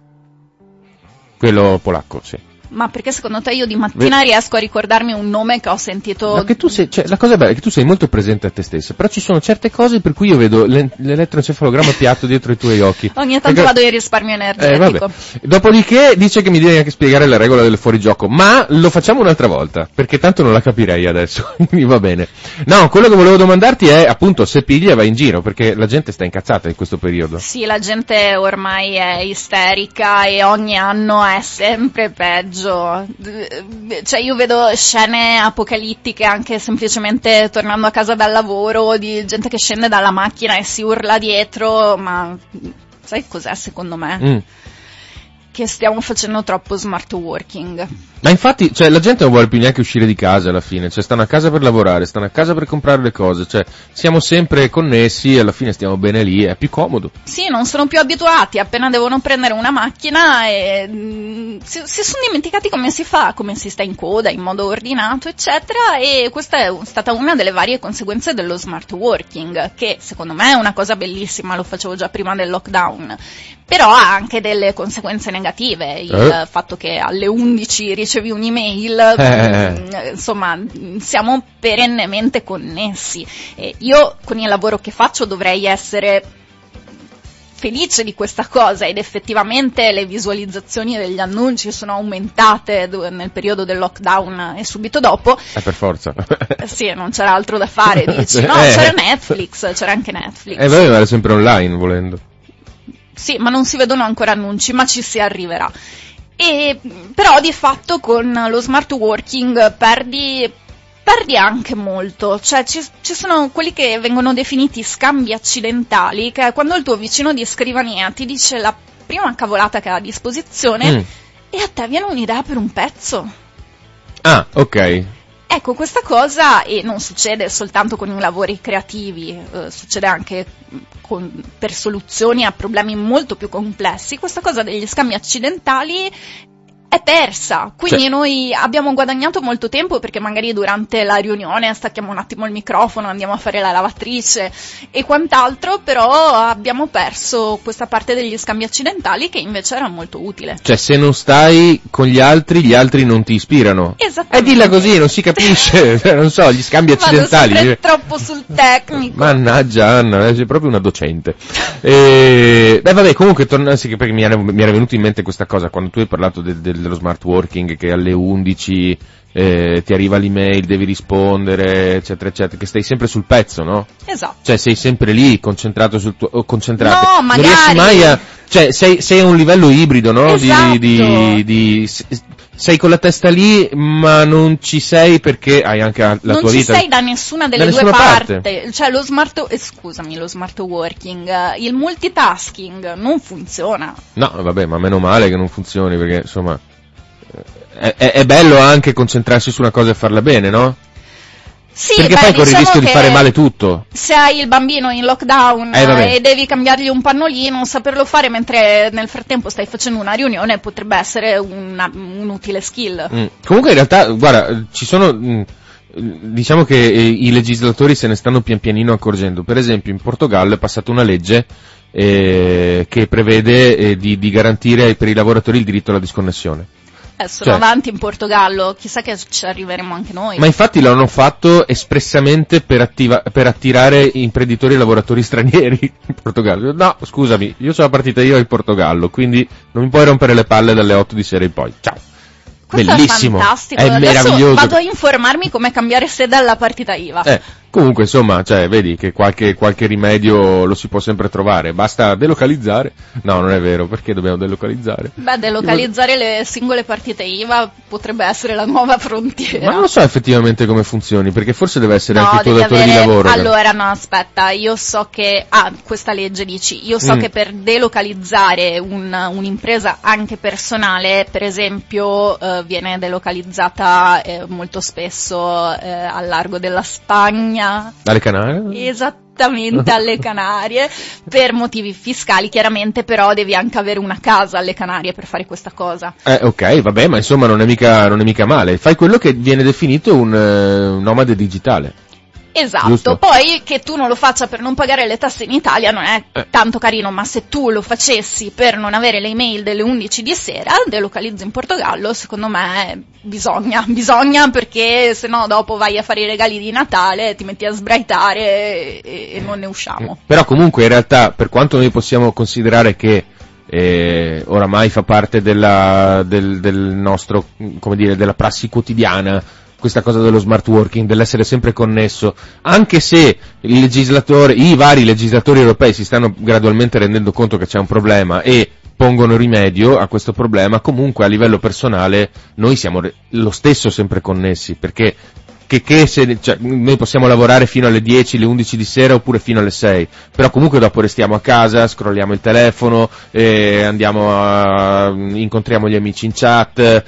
Quello polacco, sì. Ma perché secondo te io di mattina riesco a ricordarmi un nome che ho sentito... Ma che tu sei, cioè, la cosa bella è che tu sei molto presente a te stessa, però ci sono certe cose per cui io vedo l'e- l'elettroencefalogramma piatto dietro i tuoi occhi. Ogni tanto Perché- vado in risparmio Eh, energetico. vabbè. Dopodiché dice che mi devi anche spiegare la regola del fuorigioco, ma lo facciamo un'altra volta, perché tanto non la capirei adesso, quindi va bene. No, quello che volevo domandarti è appunto se piglia va in giro, perché la gente sta incazzata in questo periodo. Sì, la gente ormai è isterica e ogni anno è sempre peggio. D- Cioè io vedo scene apocalittiche anche semplicemente tornando a casa dal lavoro di gente che scende dalla macchina e si urla dietro, ma sai cos'è secondo me? Mm. Che stiamo facendo troppo smart working. Ma infatti, cioè, la gente non vuole più neanche uscire di casa alla fine, cioè stanno a casa per lavorare, stanno a casa per comprare le cose, cioè siamo sempre connessi e alla fine stiamo bene lì, è più comodo. Sì, non sono più abituati, appena devono prendere una macchina e mm, si, si sono dimenticati come si fa, come si sta in coda, in modo ordinato, eccetera, e questa è stata una delle varie conseguenze dello smart working, che secondo me è una cosa bellissima, lo facevo già prima del lockdown, però ha anche delle conseguenze negative, il Eh. fatto che alle undici ricevi un'email, Eh. mm, insomma, mm, siamo perennemente connessi, e io con il lavoro che faccio dovrei essere felice di questa cosa ed effettivamente le visualizzazioni degli annunci sono aumentate du- nel periodo del lockdown e subito dopo. Eh, per forza. Eh, Sì, non c'era altro da fare, dici. No, Eh. c'era Netflix, c'era anche Netflix. Eh, vabbè, ma era sempre online, volendo. Sì, ma non si vedono ancora annunci, ma ci si arriverà. E però di fatto con lo smart working perdi perdi anche molto, cioè ci, ci sono quelli che vengono definiti scambi accidentali, che è quando il tuo vicino di scrivania ti dice la prima cavolata che ha a disposizione Mm. e a te viene un'idea per un pezzo. Ah, ok. Ecco, questa cosa, e non succede soltanto con i lavori creativi, eh, succede anche con, per soluzioni a problemi molto più complessi, questa cosa degli scambi accidentali è persa, quindi Cioè- noi abbiamo guadagnato molto tempo perché magari durante la riunione stacchiamo un attimo il microfono, andiamo a fare la lavatrice e quant'altro, però abbiamo perso questa parte degli scambi accidentali che invece era molto utile. Cioè, se non stai con gli altri, gli altri non ti ispirano. E Esattamente. dilla così, non si capisce, Cioè, non so, gli scambi Vado accidentali. sempre troppo sul tecnico. Mannaggia Anna, eh, sei proprio una docente. E... Beh vabbè, comunque torna, sì, perché mi era, mi era venuto in mente questa cosa quando tu hai parlato del, del- dello smart working, che alle undici eh, ti arriva l'email, devi rispondere, eccetera, eccetera, che stai sempre sul pezzo, no? Esatto. Cioè sei sempre lì, concentrato sul tuo, o concentrato. No, Non magari. riesci mai a, cioè sei, sei a un livello ibrido, no? Esatto. Di, di, di, sei con la testa lì, ma non ci sei perché hai anche la non tua vita. Non ci sei da nessuna delle da due nessuna parti. parte. Cioè lo smart, eh, scusami, lo smart working, eh, il multitasking non funziona. No, vabbè, ma meno male che non funzioni, perché insomma è, è, è bello anche concentrarsi su una cosa e farla bene, no? Sì, perché beh, poi corri il diciamo rischio di fare male tutto. Se hai il bambino in lockdown eh, e devi cambiargli un pannolino, saperlo fare mentre nel frattempo stai facendo una riunione potrebbe essere una, un utile skill. Mm. Comunque in realtà, guarda, ci sono, mm, diciamo che eh, i legislatori se ne stanno pian pianino accorgendo. Per esempio in Portogallo è passata una legge eh, che prevede eh, di, di garantire per i lavoratori il diritto alla disconnessione. Eh, sono cioè, avanti in Portogallo, chissà che ci arriveremo anche noi. Ma infatti l'hanno fatto espressamente per, attiva- per attirare imprenditori e lavoratori stranieri in Portogallo. No, scusami, io sono partita io in Portogallo, quindi non mi puoi rompere le palle dalle otto di sera in poi. Ciao. Questo Bellissimo, è fantastico. è Adesso meraviglioso. vado a informarmi come cambiare sede alla partita I V A. Eh, comunque insomma, cioè, vedi che qualche, qualche rimedio lo si può sempre trovare, basta delocalizzare. No, non è vero, perché dobbiamo delocalizzare? Beh, delocalizzare le singole partite I V A potrebbe essere la nuova frontiera. Ma non lo so effettivamente come funzioni, perché forse deve essere no, anche il tuo datore avere... di lavoro. Allora, no, aspetta, io so che, ah, questa legge dici, io so Mm. che per delocalizzare un, un'impresa anche personale, per esempio, eh, viene delocalizzata eh, molto spesso eh, al largo della Spagna. Dalle Canarie? Esattamente, alle Canarie, per motivi fiscali, chiaramente, però devi anche avere una casa alle Canarie per fare questa cosa. Eh, ok, vabbè, ma insomma non è mica, non è mica male. Fai quello che viene definito un, uh, un nomade digitale. Esatto, Giusto. poi che tu non lo faccia per non pagare le tasse in Italia non è Eh. tanto carino, ma se tu lo facessi per non avere le email delle undici di sera, delocalizzo in Portogallo, secondo me bisogna, bisogna perché se no dopo vai a fare i regali di Natale, ti metti a sbraitare e, e non ne usciamo. Però comunque in realtà, per quanto noi possiamo considerare che eh, oramai fa parte della, del, del nostro, come dire, della prassi quotidiana, questa cosa dello smart working, dell'essere sempre connesso, anche se il legislatore, i vari legislatori europei si stanno gradualmente rendendo conto che c'è un problema e pongono rimedio a questo problema, comunque a livello personale noi siamo re- lo stesso sempre connessi, perché che, che se, cioè, noi possiamo lavorare fino alle dieci, le undici di sera oppure fino alle sei, però comunque dopo restiamo a casa, scrolliamo il telefono, eh, andiamo a, incontriamo gli amici in chat,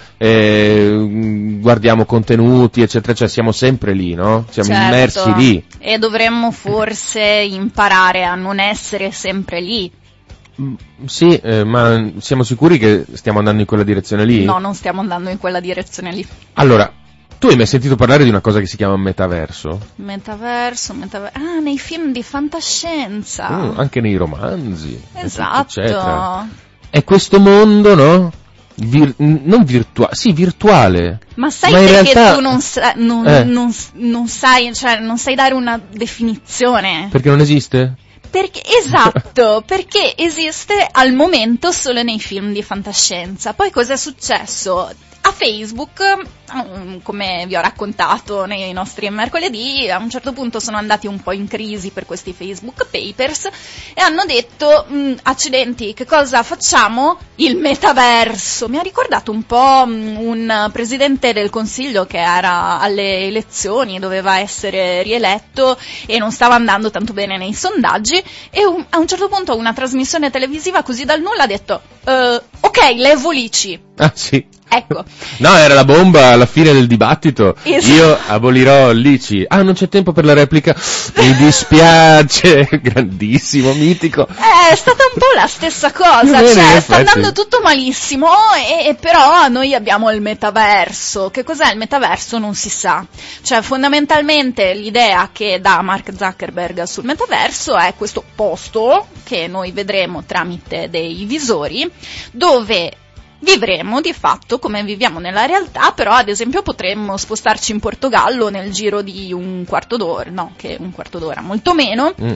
eh, guardiamo contenuti, eccetera, cioè siamo sempre lì, no? Siamo Certo. immersi lì. E dovremmo forse imparare a non essere sempre lì. Mm, Sì, eh, ma siamo sicuri che stiamo andando in quella direzione lì? No, non stiamo andando in quella direzione lì. Allora, tu hai mai sentito parlare di una cosa che si chiama metaverso? Metaverso, metaverso. Ah, nei film di fantascienza. Mm, anche nei romanzi. Esatto. Eccetera. È questo mondo, no? Vir- non virtuale, sì, virtuale. Ma sai Ma in perché realtà- tu non, sa- non, Eh. non, non sai, cioè non sai dare una definizione? Perché non esiste? Perché, esatto, perché esiste al momento solo nei film di fantascienza. Poi cosa è successo? A Facebook, um, come vi ho raccontato nei nostri mercoledì, a un certo punto sono andati un po' in crisi per questi Facebook Papers e hanno detto, mh, accidenti, che cosa facciamo? Il metaverso. Mi ha ricordato un po' mh, un presidente del Consiglio che era alle elezioni, doveva essere rieletto e non stava andando tanto bene nei sondaggi e un, a un certo punto una trasmissione televisiva così dal nulla ha detto, uh, ok, levo l'I C I. Ah, sì. Ecco. No, era la bomba alla fine del dibattito. Esatto. Io abolirò l'I C I. Ah, non c'è tempo per la replica. Mi dispiace. Grandissimo, mitico. È stata un po' la stessa cosa, Bene, cioè in sta effetti. andando tutto malissimo e, e però noi abbiamo il metaverso. Che cos'è il metaverso? Non si sa. Cioè fondamentalmente l'idea che dà Mark Zuckerberg sul metaverso è questo posto che noi vedremo tramite dei visori dove vivremo di fatto come viviamo nella realtà, però ad esempio potremmo spostarci in Portogallo nel giro di un quarto d'ora, no, che un quarto d'ora, molto meno, Mm.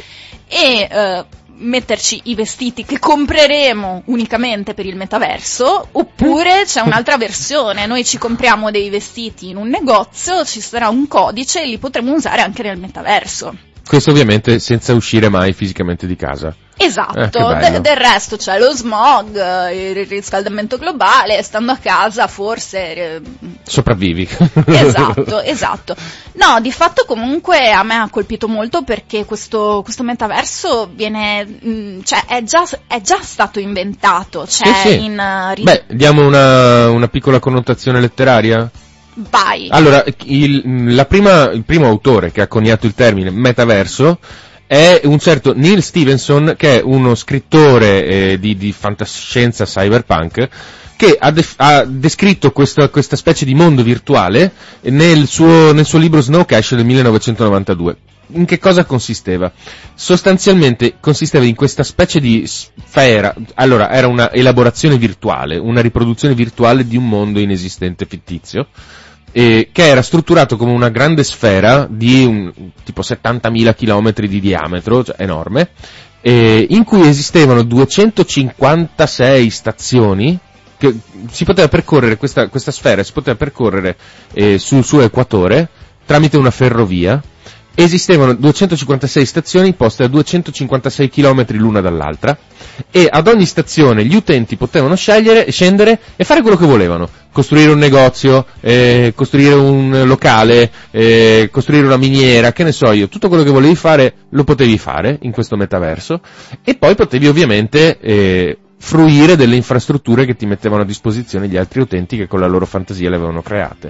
e eh, metterci i vestiti che compreremo unicamente per il metaverso, oppure c'è un'altra versione, noi ci compriamo dei vestiti in un negozio, ci sarà un codice e li potremo usare anche nel metaverso. Questo ovviamente senza uscire mai fisicamente di casa. Esatto, eh, De- del resto c'è lo smog, il riscaldamento globale, stando a casa forse... Eh, sopravvivi. Esatto, esatto. No, di fatto comunque a me ha colpito molto perché questo, questo metaverso viene, mh, cioè è già, è già stato inventato, cioè sì, sì. in... Uh, Beh, diamo una, una piccola connotazione letteraria? Vai. Allora, il, la prima, il primo autore che ha coniato il termine metaverso è un certo Neil Stevenson, che è uno scrittore eh, di, di fantascienza cyberpunk, che ha, def- ha descritto questa, questa specie di mondo virtuale nel suo, nel suo libro Snow Cash del millenovecentonovantadue. In che cosa consisteva? Sostanzialmente consisteva in questa specie di sfera, allora era una elaborazione virtuale, una riproduzione virtuale di un mondo inesistente fittizio, Eh, che era strutturato come una grande sfera di un, tipo settantamila chilometri di diametro, cioè enorme, eh, in cui esistevano duecentocinquantasei stazioni, che si poteva percorrere questa, questa sfera, si poteva percorrere eh, sul suo equatore tramite una ferrovia. Esistevano duecentocinquantasei stazioni poste a duecentocinquantasei chilometri l'una dall'altra, e ad ogni stazione gli utenti potevano scegliere, scendere e fare quello che volevano. Costruire un negozio, eh, costruire un locale, eh, costruire una miniera, che ne so io, tutto quello che volevi fare lo potevi fare in questo metaverso, e poi potevi ovviamente eh, fruire delle infrastrutture che ti mettevano a disposizione gli altri utenti che con la loro fantasia le avevano create.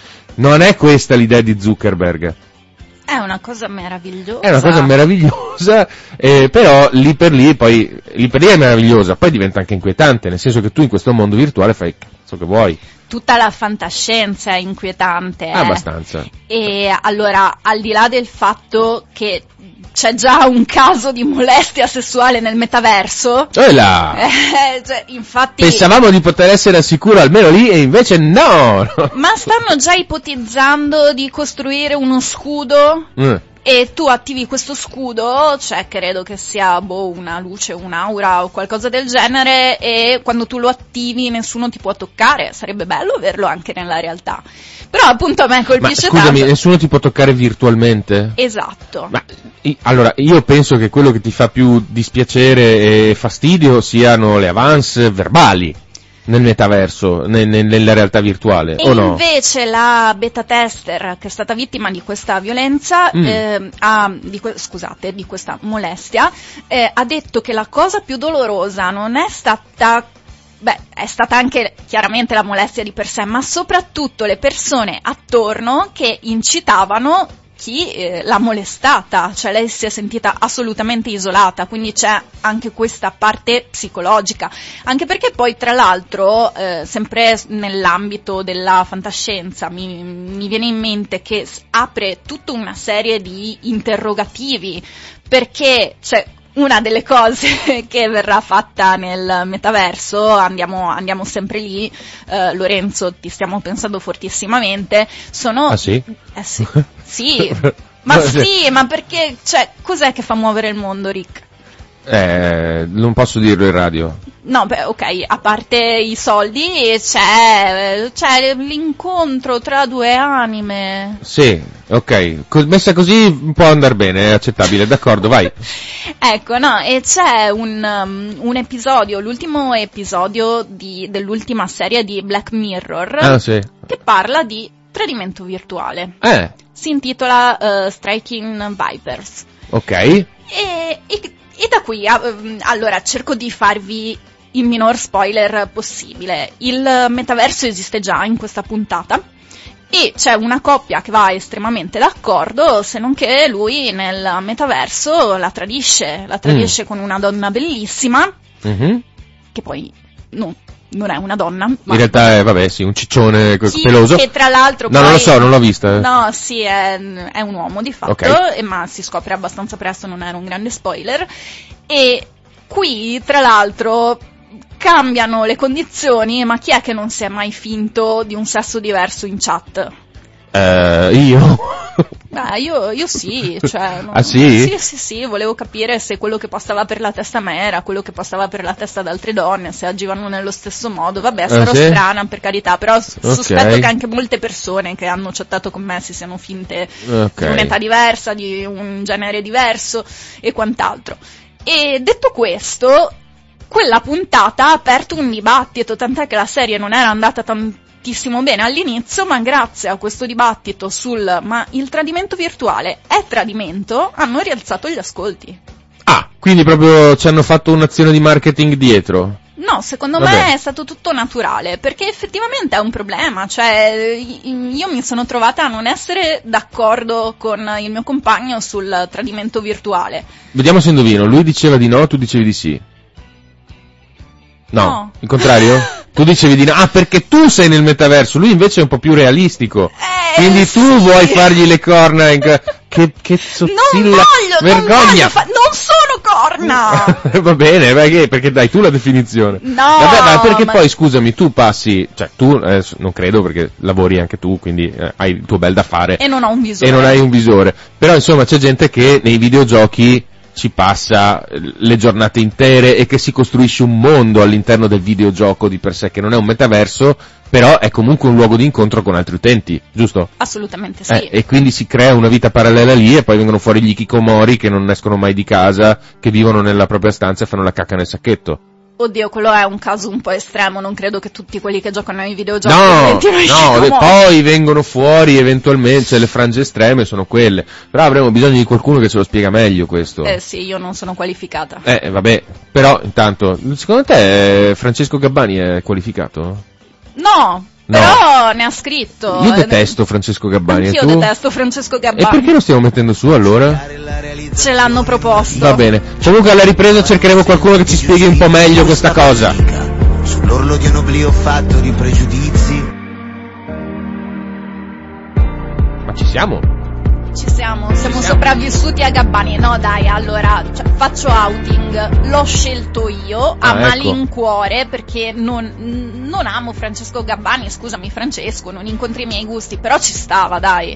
Non è questa l'idea di Zuckerberg. È una cosa meravigliosa. È una cosa meravigliosa, eh, però lì per lì, poi, lì per lì è meravigliosa, poi diventa anche inquietante, nel senso che tu in questo mondo virtuale fai cazzo che vuoi. Tutta la fantascienza è inquietante. Eh. Abbastanza. E allora, al di là del fatto che c'è già un caso di molestia sessuale nel metaverso. Cioè là. Eh, cioè, infatti. Pensavamo di poter essere al sicuro almeno lì, e invece no! Ma stanno già ipotizzando di costruire uno scudo. Mm. E tu attivi questo scudo, cioè credo che sia boh, una luce, un'aura o qualcosa del genere, e quando tu lo attivi nessuno ti può toccare. Sarebbe bello averlo anche nella realtà. Però appunto a me colpisce tanto. Ma scusami, tanto... nessuno ti può toccare virtualmente? Esatto. Ma, i, allora, io penso che quello che ti fa più dispiacere e fastidio siano le avance verbali nel metaverso, ne, ne, nella realtà virtuale, e o no? Invece la beta tester che è stata vittima di questa violenza, mm. eh, ha, di que- scusate, di questa molestia, eh, ha detto che la cosa più dolorosa non è stata, beh, è stata anche chiaramente la molestia di per sé, ma soprattutto le persone attorno che incitavano chi eh, l'ha molestata, cioè lei si è sentita assolutamente isolata, quindi c'è anche questa parte psicologica, anche perché poi tra l'altro eh, sempre nell'ambito della fantascienza mi, mi viene in mente che apre tutta una serie di interrogativi, perché cioè una delle cose che verrà fatta nel metaverso, andiamo, andiamo sempre lì, eh, Lorenzo, ti stiamo pensando fortissimamente, sono... Ah sì? Eh sì, sì, ma sì, ma perché, cioè, cos'è che fa muovere il mondo, Rick? Eh, non posso dirlo in radio. No, beh, ok, a parte i soldi c'è, c'è l'incontro tra due anime. Sì, ok, messa così può andare bene, è accettabile, d'accordo, vai. Ecco, no, e c'è un, um, un episodio, l'ultimo episodio di, dell'ultima serie di Black Mirror, ah, sì. che parla di tradimento virtuale. Eh. Si intitola uh, Striking Vipers. Ok. E, e, e da qui, uh, allora, cerco di farvi il minor spoiler possibile. Il metaverso esiste già in questa puntata e c'è una coppia che va estremamente d'accordo, se non che lui nel metaverso la tradisce, la tradisce mm. con una donna bellissima, mm-hmm. che poi no, non è una donna. Ma in realtà è, vabbè, sì, un ciccione sì, peloso. Che tra l'altro no, poi... non lo so, non l'ho vista. No, sì, è, è un uomo di fatto, okay. ma si scopre abbastanza presto, non era un grande spoiler. E qui, tra l'altro, cambiano le condizioni, ma chi è che non si è mai finto di un sesso diverso in chat? Uh, io? Beh, io, io sì, cioè... Non... Ah sì? Sì, sì, sì, volevo capire se quello che passava per la testa a me era quello che passava per la testa ad altre donne, se agivano nello stesso modo. Vabbè, sarò ah, sì? strana, per carità, però okay. sospetto che anche molte persone che hanno chattato con me si siano finte okay. di un'età diversa, di un genere diverso e quant'altro. E detto questo, quella puntata ha aperto un dibattito, tant'è che la serie non era andata tanto bene all'inizio, ma grazie a questo dibattito sul ma il tradimento virtuale è tradimento, hanno rialzato gli ascolti. Ah, quindi proprio ci hanno fatto un'azione di marketing dietro? No, secondo Vabbè. me è stato tutto naturale, perché effettivamente è un problema, cioè io mi sono trovata a non essere d'accordo con il mio compagno sul tradimento virtuale. Vediamo se indovino, lui diceva di no, tu dicevi di sì. No, no. Il contrario? Tu dicevi di no, ah perché tu sei nel metaverso, lui invece è un po' più realistico, eh, quindi sì. tu vuoi fargli le corna, in... che, che sozzilla, non voglio, vergogna! Non, voglio fa- non sono corna! Va bene, perché, perché dai tu la definizione. No! Vabbè, ma perché ma... poi scusami, tu passi, cioè tu, eh, non credo perché lavori anche tu, quindi eh, hai il tuo bel da fare. E non ho un visore. E non hai un visore, però insomma c'è gente che nei videogiochi ci passa le giornate intere e che si costruisce un mondo all'interno del videogioco di per sé, che non è un metaverso, però è comunque un luogo di incontro con altri utenti, giusto? Assolutamente sì. Eh, e quindi si crea una vita parallela lì e poi vengono fuori gli hikikomori che non escono mai di casa, che vivono nella propria stanza e fanno la cacca nel sacchetto. Oddio, quello è un caso un po' estremo, non credo che tutti quelli che giocano ai videogiochi no, diventino no, e poi vengono fuori eventualmente, cioè le frange estreme sono quelle, però avremo bisogno di qualcuno che ce lo spiega meglio questo. Eh sì, io non sono qualificata. Eh, vabbè, però intanto, secondo te Francesco Gabbani è qualificato? No, no. Però ne ha scritto. Io detesto Francesco Gabbani. Anch'io e tu? detesto Francesco Gabbani. E perché lo stiamo mettendo su allora? Ce l'hanno proposto. Va bene. Comunque alla ripresa cercheremo qualcuno che ci spieghi un po' meglio questa cosa. Sull'orlo di un oblio fatto di pregiudizi. Ma ci siamo? Ci siamo, siamo sopravvissuti a Gabbani. No dai, allora cioè, faccio outing, l'ho scelto io a ah, malincuore, ecco. Perché non, non amo Francesco Gabbani, scusami Francesco, non incontri i miei gusti, però ci stava, dai.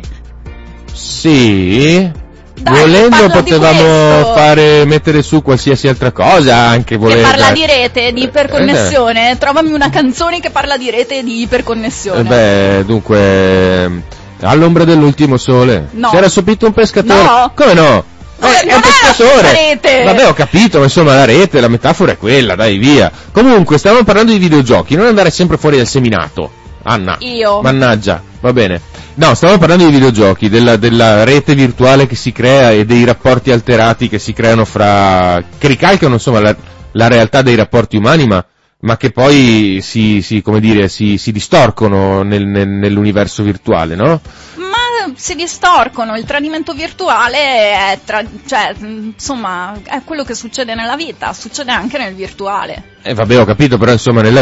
Sì, dai, volendo potevamo fare, mettere su qualsiasi altra cosa, anche volendo. Che parla di rete, di iperconnessione, eh, trovami una canzone che parla di rete e di iperconnessione. Eh beh, dunque... All'ombra dell'ultimo sole. No. Si era sopito un pescatore. No. Come no? Eh, è, è un pescatore. La rete. Vabbè, ho capito, ma insomma la rete, la metafora è quella, dai, via. Comunque, stavamo parlando di videogiochi, non andare sempre fuori dal seminato. Anna. Io. Mannaggia, va bene. No, stavamo parlando di videogiochi, della, della rete virtuale che si crea e dei rapporti alterati che si creano fra... che ricalcano, insomma, la, la realtà dei rapporti umani, ma... ma che poi si, si come dire, si, si distorcono nel, nel, nell'universo virtuale, no? Ma si distorcono, il tradimento virtuale è, tra, cioè, insomma, è quello che succede nella vita, succede anche nel virtuale. Eh vabbè, ho capito, però insomma nella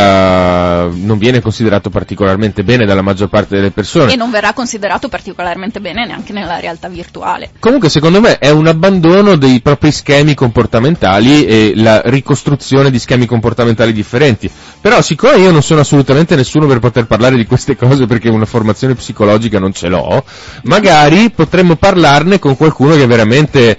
vita non viene considerato particolarmente bene dalla maggior parte delle persone. E non verrà considerato particolarmente bene neanche nella realtà virtuale. Comunque secondo me è un abbandono dei propri schemi comportamentali e la ricostruzione di schemi comportamentali differenti. Però siccome io non sono assolutamente nessuno per poter parlare di queste cose perché una formazione psicologica non ce l'ho, magari potremmo parlarne con qualcuno che veramente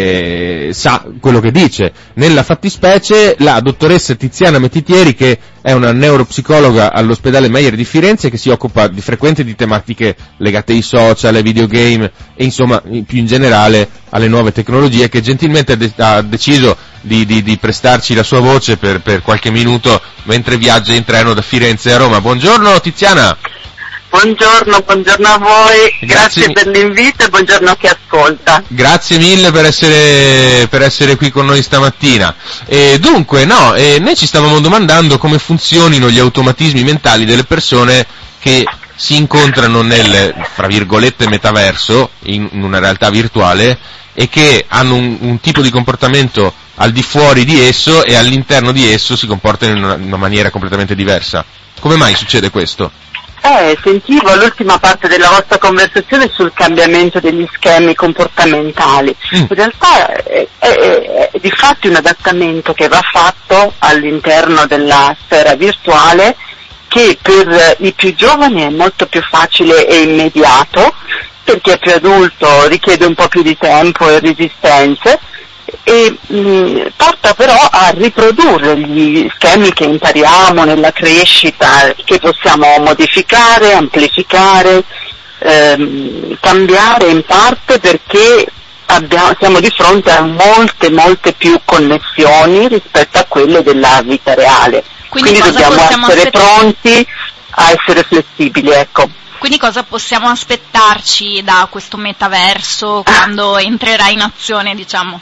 eh, sa quello che dice. Nella fattispecie la dottoressa Tiziana Mettitieri, che è una neuropsicologa all'ospedale Meyer di Firenze, che si occupa di frequente di tematiche legate ai social, ai videogame e insomma più in generale alle nuove tecnologie, che gentilmente ha, de- ha deciso di, di, di prestarci la sua voce per, per qualche minuto mentre viaggia in treno da Firenze a Roma. Buongiorno Tiziana. Buongiorno, buongiorno a voi, grazie, grazie per l'invito e buongiorno a chi ascolta. Grazie mille per essere, per essere qui con noi stamattina. E dunque, no, eh, noi ci stavamo domandando come funzionino gli automatismi mentali delle persone che si incontrano nel, fra virgolette, metaverso, in, in una realtà virtuale, e che hanno un, un tipo di comportamento al di fuori di esso e all'interno di esso si comportano in una, in una maniera completamente diversa. Come mai succede questo? Eh, sentivo l'ultima parte della vostra conversazione sul cambiamento degli schemi comportamentali. Mm. In realtà è, è, è di fatti un adattamento che va fatto all'interno della sfera virtuale, che per i più giovani è molto più facile e immediato, per chi è più adulto richiede un po' più di tempo e resistenze, e mh, porta però a riprodurre gli schemi che impariamo nella crescita, che possiamo modificare, amplificare, ehm, cambiare in parte, perché abbiamo, siamo di fronte a molte molte più connessioni rispetto a quelle della vita reale. Quindi, Quindi dobbiamo essere aspettare? pronti a essere flessibili, ecco. Quindi cosa possiamo aspettarci da questo metaverso quando entrerà in azione, diciamo?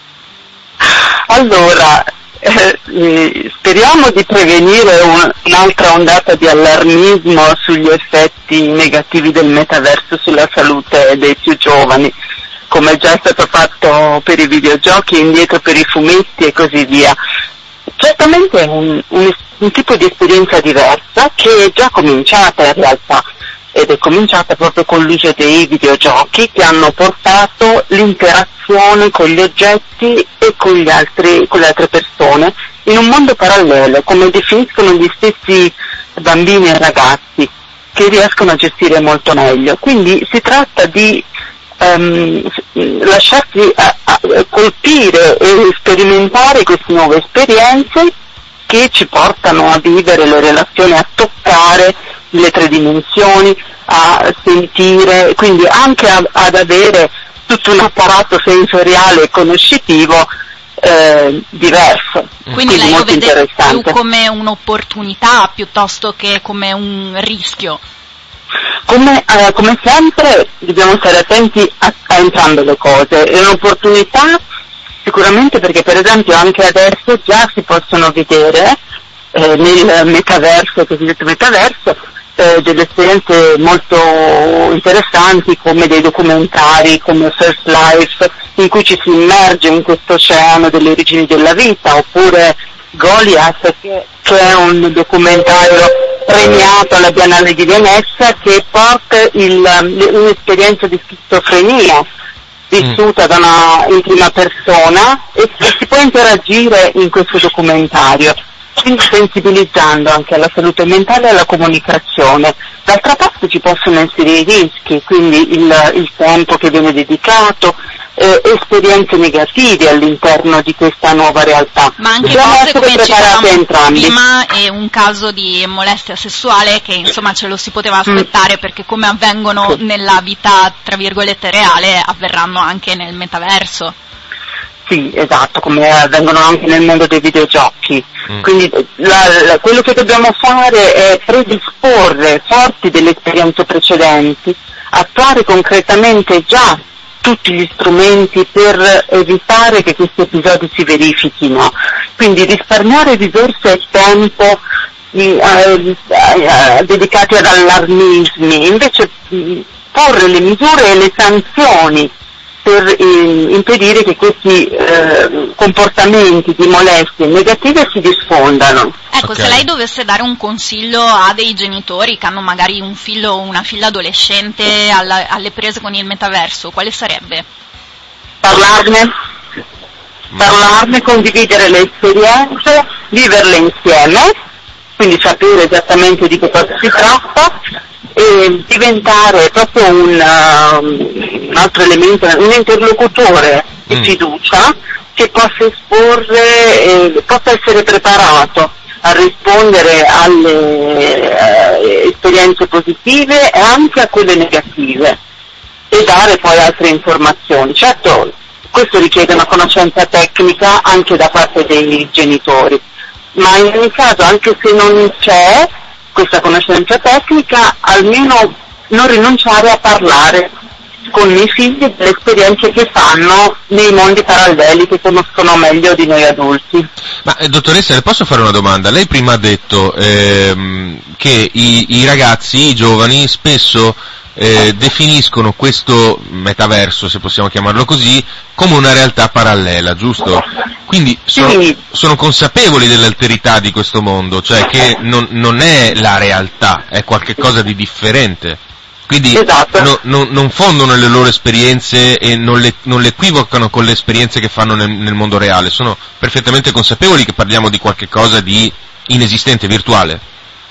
Allora, eh, speriamo di prevenire un, un'altra ondata di allarmismo sugli effetti negativi del metaverso sulla salute dei più giovani, come già è stato fatto per i videogiochi, indietro per i fumetti e così via. Certamente è un, un, un tipo di esperienza diversa che è già cominciata in realtà, ed è cominciata proprio con l'uso dei videogiochi, che hanno portato l'interazione con gli oggetti e con, gli altri, con le altre persone in un mondo parallelo, come definiscono gli stessi bambini e ragazzi, che riescono a gestire molto meglio. Quindi si tratta di um, lasciarsi a, a colpire e sperimentare queste nuove esperienze che ci portano a vivere le relazioni, a toccare le tre dimensioni, a sentire, quindi anche a, ad avere tutto un apparato sensoriale e conoscitivo eh, diverso. Quindi, quindi lei lo vede più come un'opportunità piuttosto che come un rischio? Come, eh, come sempre dobbiamo stare attenti a, a entrambe le cose. È un'opportunità sicuramente perché, per esempio, anche adesso già si possono vedere eh, nel metaverso, cosiddetto metaverso, eh, delle esperienze molto interessanti, come dei documentari come First Life, in cui ci si immerge in questo oceano delle origini della vita, oppure Goliath, che, che è un documentario premiato alla Biennale di Venezia, che porta il, un'esperienza di schizofrenia vissuta mm. da una, in prima persona, e, e si può interagire in questo documentario, quindi sensibilizzando anche alla salute mentale e alla comunicazione. D'altra parte ci possono essere i rischi, quindi il, il tempo che viene dedicato, eh, esperienze negative all'interno di questa nuova realtà. Ma anche dobbiamo cose essere come preparati entrambi. Prima è un caso di molestia sessuale che insomma ce lo si poteva aspettare, mm. perché come avvengono sì. nella vita tra virgolette reale, avverranno anche nel metaverso. Sì, esatto, come avvengono anche nel mondo dei videogiochi. Mm. Quindi la, la, quello che dobbiamo fare è predisporre, forti delle esperienze precedenti, attuare concretamente già tutti gli strumenti per evitare che questi episodi si verifichino. Quindi risparmiare risorse e tempo eh, eh, eh, dedicati ad allarmismi, invece mh, porre le misure e le sanzioni per eh, impedire che questi eh, comportamenti di molestie negative si diffondano. Ecco, okay. Se lei dovesse dare un consiglio a dei genitori che hanno magari un figlio o una figlia adolescente alla, alle prese con il metaverso, quale sarebbe? Parlarne, parlarne, condividere le esperienze, viverle insieme, quindi sapere esattamente di che cosa si tratta, e diventare proprio un, uh, un altro elemento, un interlocutore di fiducia che possa esporre e possa essere preparato a rispondere alle uh, esperienze positive e anche a quelle negative, e dare poi altre informazioni. Certo, questo richiede una conoscenza tecnica anche da parte dei genitori, ma in ogni caso, anche se non c'è questa conoscenza tecnica, almeno non rinunciare a parlare con i figli delle esperienze che fanno nei mondi paralleli che conoscono meglio di noi adulti. Ma eh, dottoressa, le posso fare una domanda? Lei prima ha detto ehm, che i, i ragazzi, i giovani, spesso eh, definiscono questo metaverso, se possiamo chiamarlo così, come una realtà parallela, giusto? Quindi sono, sì. sono consapevoli dell'alterità di questo mondo, cioè che non, non è la realtà, è qualcosa di differente. Quindi esatto. no, no, non fondono le loro esperienze e non le, non le equivocano con le esperienze che fanno nel, nel mondo reale, sono perfettamente consapevoli che parliamo di qualche cosa di inesistente, virtuale.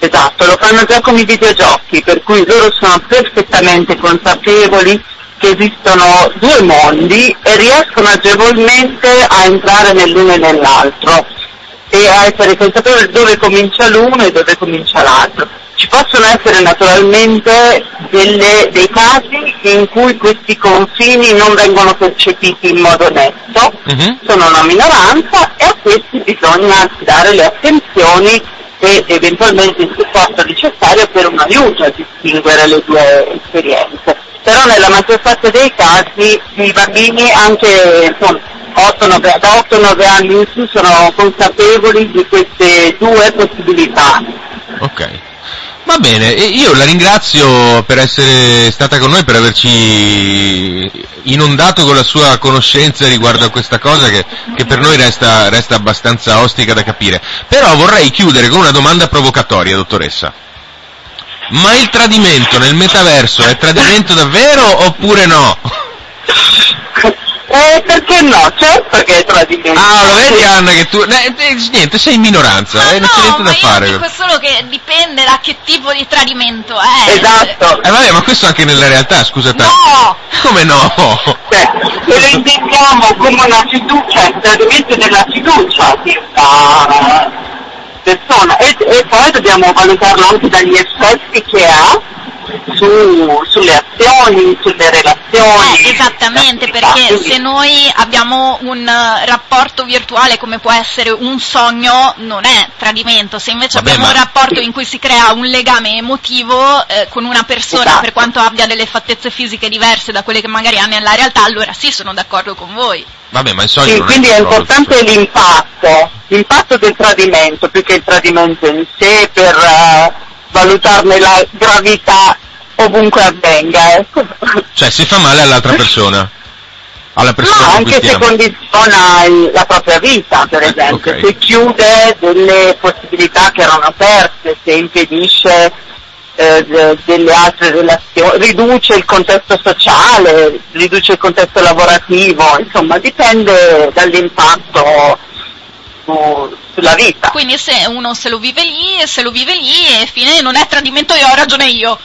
Esatto, lo fanno già con i videogiochi, per cui loro sono perfettamente consapevoli che esistono due mondi e riescono agevolmente a entrare nell'uno e nell'altro e a essere consapevoli dove comincia l'uno e dove comincia l'altro. Ci possono essere naturalmente delle, dei casi in cui questi confini non vengono percepiti in modo netto, uh-huh. sono una minoranza e a questi bisogna dare le attenzioni e eventualmente il supporto necessario per un aiuto a distinguere le due esperienze. Però nella maggior parte dei casi i bambini anche insomma, otto, nove, da otto nove anni in su sono consapevoli di queste due possibilità. Ok. Va bene, io la ringrazio per essere stata con noi, per averci inondato con la sua conoscenza riguardo a questa cosa che, che per noi resta, resta abbastanza ostica da capire. Però vorrei chiudere con una domanda provocatoria, dottoressa. Ma il tradimento nel metaverso è tradimento davvero oppure no? Eh, perché no? Certo che è tradimento. Ah, lo vedi Anna che tu... Eh, eh, niente, sei in minoranza, ma eh, non no, c'è niente da fare. Io dico solo che dipende da che tipo di tradimento è. Esatto. Eh vabbè, ma questo anche nella realtà, scusate. No! Come no? Cioè, se lo intendiamo come una fiducia, il tradimento della fiducia di una persona e, e poi dobbiamo valutarlo anche dagli effetti che ha Su, sulle azioni, sulle relazioni. Eh, esattamente, perché quindi... se noi abbiamo un rapporto virtuale come può essere un sogno, non è tradimento. Se invece Vabbè, abbiamo ma... un rapporto in cui si crea un legame emotivo eh, con una persona, esatto. per quanto abbia delle fattezze fisiche diverse da quelle che magari ha nella realtà, allora sì, sono d'accordo con voi. Vabbè, ma il sogno sì, non quindi è, è importante l'impatto, l'impatto del tradimento, più che il tradimento in sé, per uh, valutarne la gravità ovunque avvenga, ecco. Cioè se fa male all'altra persona, alla persona no, con anche cui se condiziona il, la propria vita, per esempio, okay. se chiude delle possibilità che erano aperte, se impedisce eh, de, delle altre relazioni, riduce il contesto sociale, riduce il contesto lavorativo, insomma dipende dall'impatto su, sulla vita. Quindi se uno se lo vive lì, e se lo vive lì e fine non è tradimento, io ho ragione io.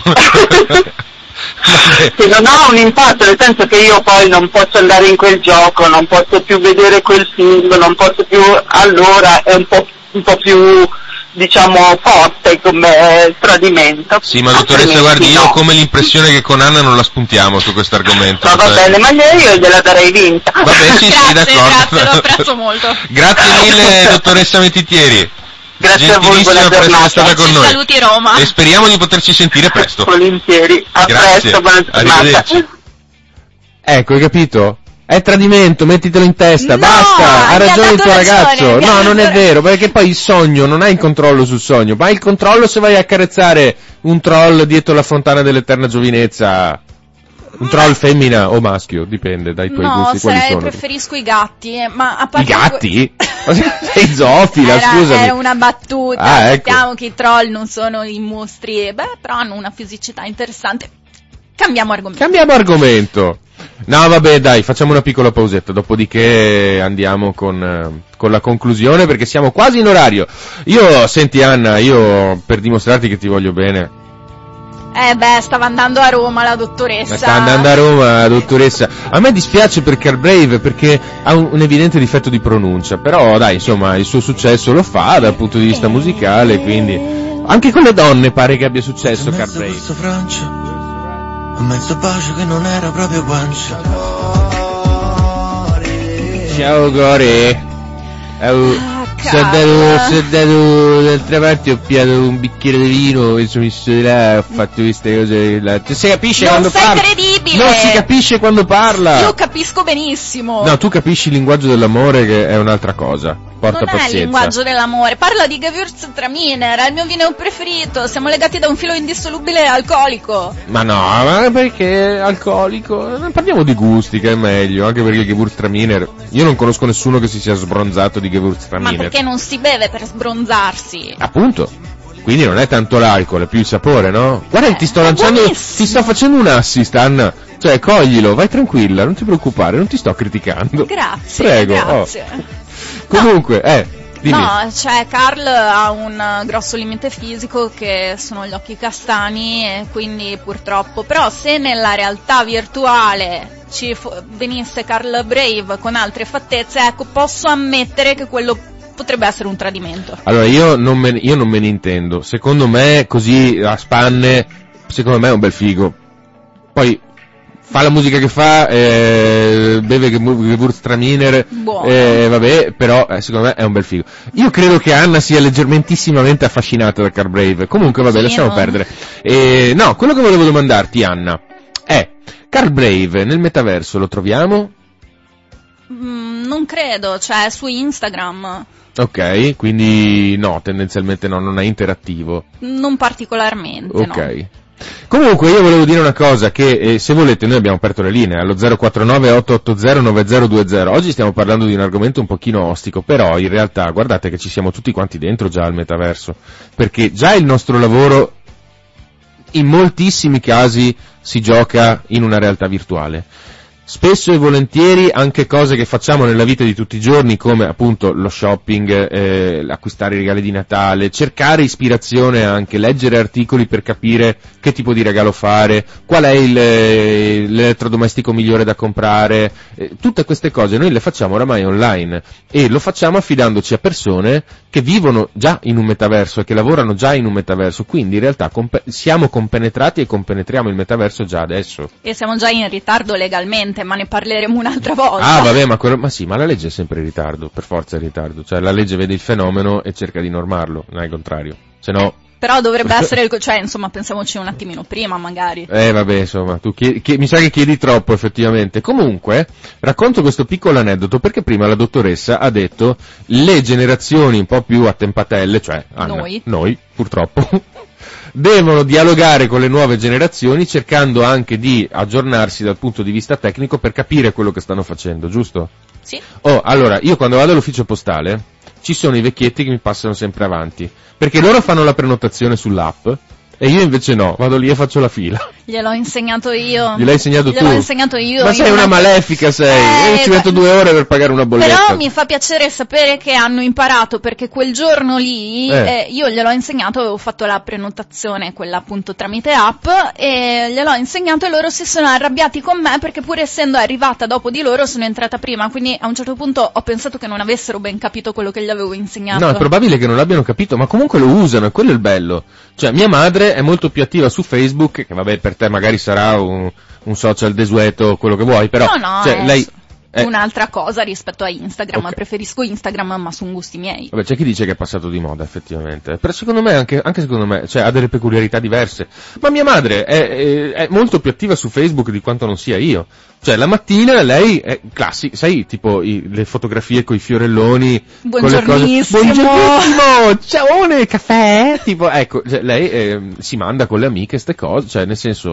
Che non ha un impatto, nel senso che io poi non posso andare in quel gioco, non posso più vedere quel film, non posso più, allora è un po', un po' più diciamo forte come tradimento. Sì, ma dottoressa, guardi, io ho come l'impressione che con Anna non la spuntiamo su questo argomento. No, va cioè... bene, ma io gliela darei vinta. Vabbè, sì, grazie, sì, d'accordo. Grazie, lo apprezzo molto. Grazie mille, dottoressa Mettitieri. Grazie a voi, buona per essere stata con noi. Saluti Roma. E speriamo di poterci sentire presto. Volentieri. A Grazie. presto, buona giornata. Ecco, hai capito? È tradimento, mettitelo in testa, no, basta, ha ragione il tuo ragione, ragazzo. No, non è vero, perché poi il sogno, non hai il controllo sul sogno, ma hai il controllo se vai a accarezzare un troll dietro la fontana dell'eterna giovinezza. Un troll femmina o maschio, dipende dai tuoi no, gusti, quali sarei, sono. preferisco i gatti, eh, ma a parte I gatti? Sei zoofila, era, scusami. Era una battuta, ah, sappiamo ecco. che i troll non sono i mostri, beh, però hanno una fisicità interessante. Cambiamo argomento. Cambiamo argomento. No, vabbè, dai, facciamo una piccola pausetta, dopodiché andiamo con, con la conclusione, perché siamo quasi in orario. Io, senti Anna, io per dimostrarti che ti voglio bene. Eh beh, stava andando a Roma la dottoressa. Sta andando a Roma la dottoressa. A me dispiace per Carbrave, perché ha un, un evidente difetto di pronuncia, però dai, insomma, il suo successo lo fa dal punto di vista musicale, quindi anche con le donne pare che abbia successo Carbrave. Un mezzo bacio che non era proprio guancia. Ciao Core. Oh, ah, sono dato, sono dato d'altra parte, ho piato un bicchiere di vino e sono messo di là, ho fatto queste cose là. Cioè, si capisce non quando sei parla? credibile. Non si capisce quando parla. Io capisco benissimo. No, tu capisci il linguaggio dell'amore, che è un'altra cosa. Porta non pazienza. è il linguaggio dell'amore, parla di Gewürztraminer, è il mio vino preferito, siamo legati da un filo indissolubile alcolico. Ma no, ma perché alcolico? Parliamo di gusti, che è meglio, anche perché Gewürztraminer, io non conosco nessuno che si sia sbronzato di Gewürztraminer. Ma perché non si beve per sbronzarsi? Appunto. Quindi non è tanto l'alcol, è più il sapore, no? Guarda, eh, ti sto lanciando, buonissimo. ti sto facendo un assist, Anna. Cioè, coglilo, vai tranquilla, non ti preoccupare, non ti sto criticando. Grazie, Prego. grazie. Oh. Comunque, eh, dimmi, Dimmi. No, cioè Carl ha un grosso limite fisico che sono gli occhi castani e quindi purtroppo, però se nella realtà virtuale ci fo- venisse Carl Brave con altre fattezze, ecco, posso ammettere che quello potrebbe essere un tradimento. Allora io non me, io non me ne intendo, secondo me così a spanne, secondo me è un bel figo. Poi fa la musica che fa, eh, beve Gewürztraminer, eh, vabbè, però eh, secondo me è un bel figo. Io credo che Anna sia leggermentissimamente affascinata da Carl Brave, comunque vabbè, sì, lasciamo no? perdere. Eh, no, quello che volevo domandarti, Anna, è Carl Brave nel metaverso lo troviamo? Mm, non credo, cioè su Instagram. Ok, quindi no, tendenzialmente no, non è interattivo. Non particolarmente, ok. no. Comunque io volevo dire una cosa, che eh, se volete noi abbiamo aperto le linee allo zero quattro nove otto otto zero nove zero due zero. Oggi stiamo parlando di un argomento un pochino ostico, però in realtà guardate che ci siamo tutti quanti dentro già al metaverso, perché già il nostro lavoro in moltissimi casi si gioca in una realtà virtuale. Spesso e volentieri anche cose che facciamo nella vita di tutti i giorni, come appunto lo shopping, eh, acquistare i regali di Natale, cercare ispirazione anche, leggere articoli per capire che tipo di regalo fare, qual è il, eh, l'elettrodomestico migliore da comprare, eh, tutte queste cose noi le facciamo oramai online e lo facciamo affidandoci a persone che vivono già in un metaverso e che lavorano già in un metaverso, quindi in realtà comp- siamo compenetrati e compenetriamo il metaverso già adesso. E siamo già in ritardo legalmente, ma ne parleremo un'altra volta. Ah, vabbè, ma, quello, ma sì, ma la legge è sempre in ritardo, per forza è in ritardo, cioè la legge vede il fenomeno e cerca di normarlo, non è il contrario, se no... Eh, però dovrebbe essere, il, cioè insomma pensiamoci un attimino prima magari. Eh vabbè, insomma, tu chiedi, chiedi, mi sa che chiedi troppo effettivamente. Comunque, racconto questo piccolo aneddoto perché prima la dottoressa ha detto le generazioni un po' più attempatelle, cioè Anna, noi, noi purtroppo... devono dialogare con le nuove generazioni cercando anche di aggiornarsi dal punto di vista tecnico per capire quello che stanno facendo, giusto? Sì. Oh, allora, io quando vado all'ufficio postale ci sono i vecchietti che mi passano sempre avanti, perché loro fanno la prenotazione sull'app e io invece no, vado lì e faccio la fila. Gliel'ho insegnato io. Gliel'hai insegnato Gliel'ho tu? insegnato io. Ma io sei una non... malefica, sei. Eh, io ci metto due ore per pagare una bolletta. Però mi fa piacere sapere che hanno imparato, perché quel giorno lì eh. Eh, io gliel'ho insegnato, avevo fatto la prenotazione, quella appunto tramite app, e gliel'ho insegnato e loro si sono arrabbiati con me perché pur essendo arrivata dopo di loro sono entrata prima, quindi a un certo punto ho pensato che non avessero ben capito quello che gli avevo insegnato. No, è probabile che non l'abbiano capito, ma comunque lo usano, e quello è il bello. Cioè, mia madre è molto più attiva su Facebook, che vabbè per te magari sarà un, un social desueto, quello che vuoi, però... No, no, cioè, è lei... è un'altra cosa rispetto a Instagram, okay. Preferisco Instagram ma sono gusti miei. Vabbè, c'è chi dice che è passato di moda effettivamente, però secondo me, anche, anche secondo me, cioè ha delle peculiarità diverse. Ma mia madre è, è, è molto più attiva su Facebook di quanto non sia io. Cioè la mattina lei è classica, sai, tipo i, le fotografie coi fiorelloni, buongiornissimo, con le cose, buongiornissimo, ciaone, caffè, tipo, ecco, cioè, lei eh, si manda con le amiche ste cose, cioè nel senso,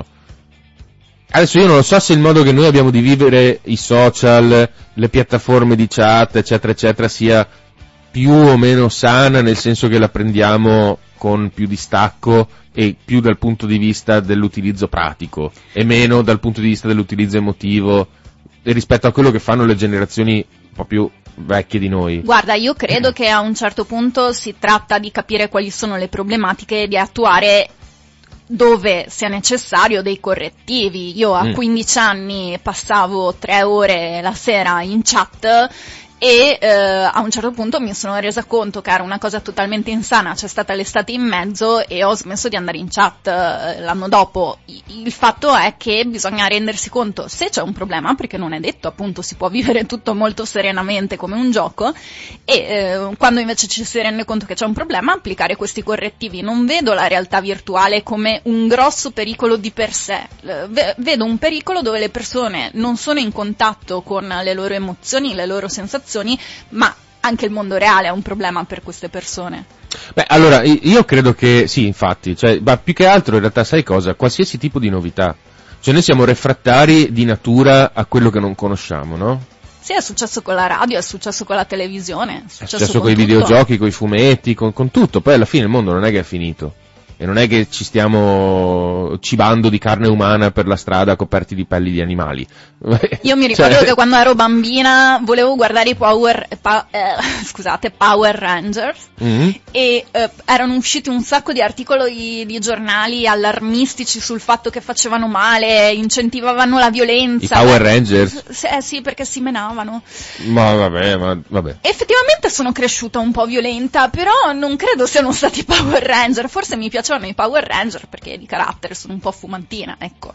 adesso io non lo so se il modo che noi abbiamo di vivere i social, le piattaforme di chat, eccetera, eccetera, sia più o meno sana, nel senso che la prendiamo con più distacco e più dal punto di vista dell'utilizzo pratico e meno dal punto di vista dell'utilizzo emotivo rispetto a quello che fanno le generazioni un po' più vecchie di noi. Guarda, io credo che a un certo punto si tratta di capire quali sono le problematiche e di attuare dove sia necessario dei correttivi. Io a mm. quindici anni passavo tre ore la sera in chat e eh, a un certo punto mi sono resa conto che era una cosa totalmente insana, c'è stata l'estate in mezzo e ho smesso di andare in chat eh, l'anno dopo. Il fatto è che bisogna rendersi conto se c'è un problema, perché non è detto, appunto si può vivere tutto molto serenamente come un gioco, e eh, quando invece ci si rende conto che c'è un problema applicare questi correttivi. Non vedo la realtà virtuale come un grosso pericolo di per sé, v- vedo un pericolo dove le persone non sono in contatto con le loro emozioni, le loro sensazioni, ma anche il mondo reale è un problema per queste persone. Beh, allora, io credo che, sì, infatti, cioè, ma più che altro in realtà sai cosa? Qualsiasi tipo di novità. Cioè noi siamo refrattari di natura a quello che non conosciamo, no? Sì, è successo con la radio, è successo con la televisione, è successo, è successo con i tutto. videogiochi, con i fumetti, con, con tutto. Poi alla fine il mondo non è che è finito. e non è che ci stiamo cibando di carne umana per la strada coperti di pelli di animali. Io mi ricordo cioè... che quando ero bambina volevo guardare i Power pa, eh, scusate, Power Rangers mm-hmm. e eh, erano usciti un sacco di articoli di giornali allarmistici sul fatto che facevano male, incentivavano la violenza. I Power Rangers? Eh sì, perché si menavano. Ma vabbè, ma vabbè. Effettivamente sono cresciuta un po' violenta, però non credo siano stati i Power Ranger, forse mi piacevano i Power Ranger perché di carattere sono un po' fumantina, ecco.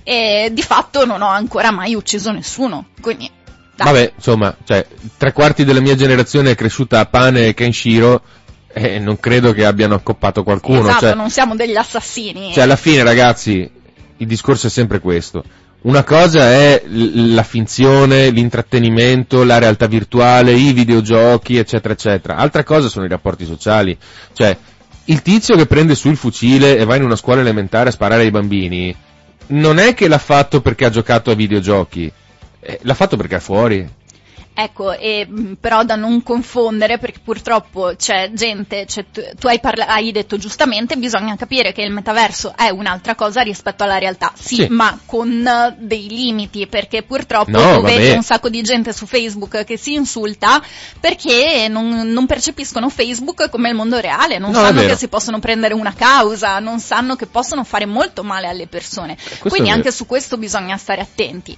E di fatto non ho ancora mai ucciso nessuno, quindi dai. Vabbè, insomma, cioè, tre quarti della mia generazione è cresciuta a pane e Kenshiro e non credo che abbiano accoppato qualcuno. Esatto, cioè, non siamo degli assassini. Cioè, alla fine, ragazzi, il discorso è sempre questo. Una cosa è l- la finzione, l'intrattenimento, la realtà virtuale, i videogiochi, eccetera, eccetera. Altra cosa sono i rapporti sociali. Cioè, il tizio che prende su il fucile e va in una scuola elementare a sparare ai bambini, non è che l'ha fatto perché ha giocato a videogiochi, eh, l'ha fatto perché è fuori. Ecco, e, però da non confondere, perché purtroppo c'è gente, c'è, tu, tu hai, parla- hai detto giustamente, bisogna capire che il metaverso è un'altra cosa rispetto alla realtà, sì, sì. ma con dei limiti, perché purtroppo no, tu vabbè. vedi un sacco di gente su Facebook che si insulta perché non, non percepiscono Facebook come il mondo reale, non no, sanno che si possono prendere una causa, non sanno che possono fare molto male alle persone, questo quindi anche su questo bisogna stare attenti.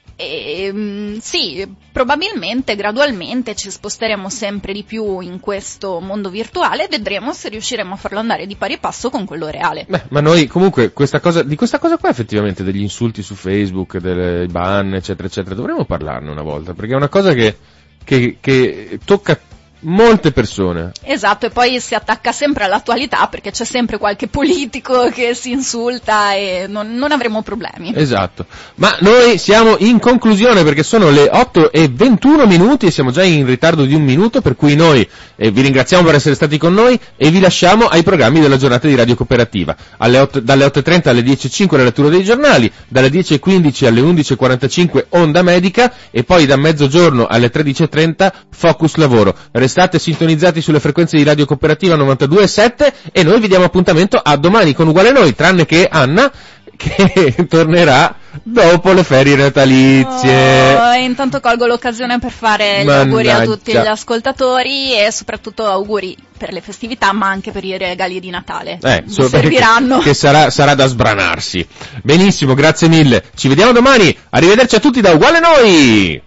E, mh, sì, probabilmente gradualmente ci sposteremo sempre di più in questo mondo virtuale e vedremo se riusciremo a farlo andare di pari passo con quello reale. Beh, ma noi comunque questa cosa, di questa cosa qua effettivamente, degli insulti su Facebook, delle ban, eccetera, eccetera, dovremmo parlarne una volta, perché è una cosa che, che, che tocca molte persone. Esatto, e poi si attacca sempre all'attualità perché c'è sempre qualche politico che si insulta e non, non avremo problemi. Esatto, ma noi siamo in conclusione perché sono le otto e ventuno minuti e siamo già in ritardo di un minuto, per cui noi eh, vi ringraziamo per essere stati con noi e vi lasciamo ai programmi della giornata di Radio Cooperativa. Alle otto, dalle otto e trenta alle dieci e cinque la lettura dei giornali, dalle dieci e quindici alle undici e quarantacinque Onda Medica e poi da mezzogiorno alle tredici e trenta Focus Lavoro. Restate sintonizzati sulle frequenze di Radio Cooperativa novantadue e sette e noi vi diamo appuntamento a domani con Uguale Noi, tranne che Anna che tornerà dopo le ferie natalizie. Oh, intanto colgo l'occasione per fare gli Mannaggia. auguri a tutti gli ascoltatori e soprattutto auguri per le festività ma anche per i regali di Natale. Eh, Vi serviranno. Che, che sarà, sarà da sbranarsi. Benissimo, grazie mille. Ci vediamo domani. Arrivederci a tutti da Uguale Noi.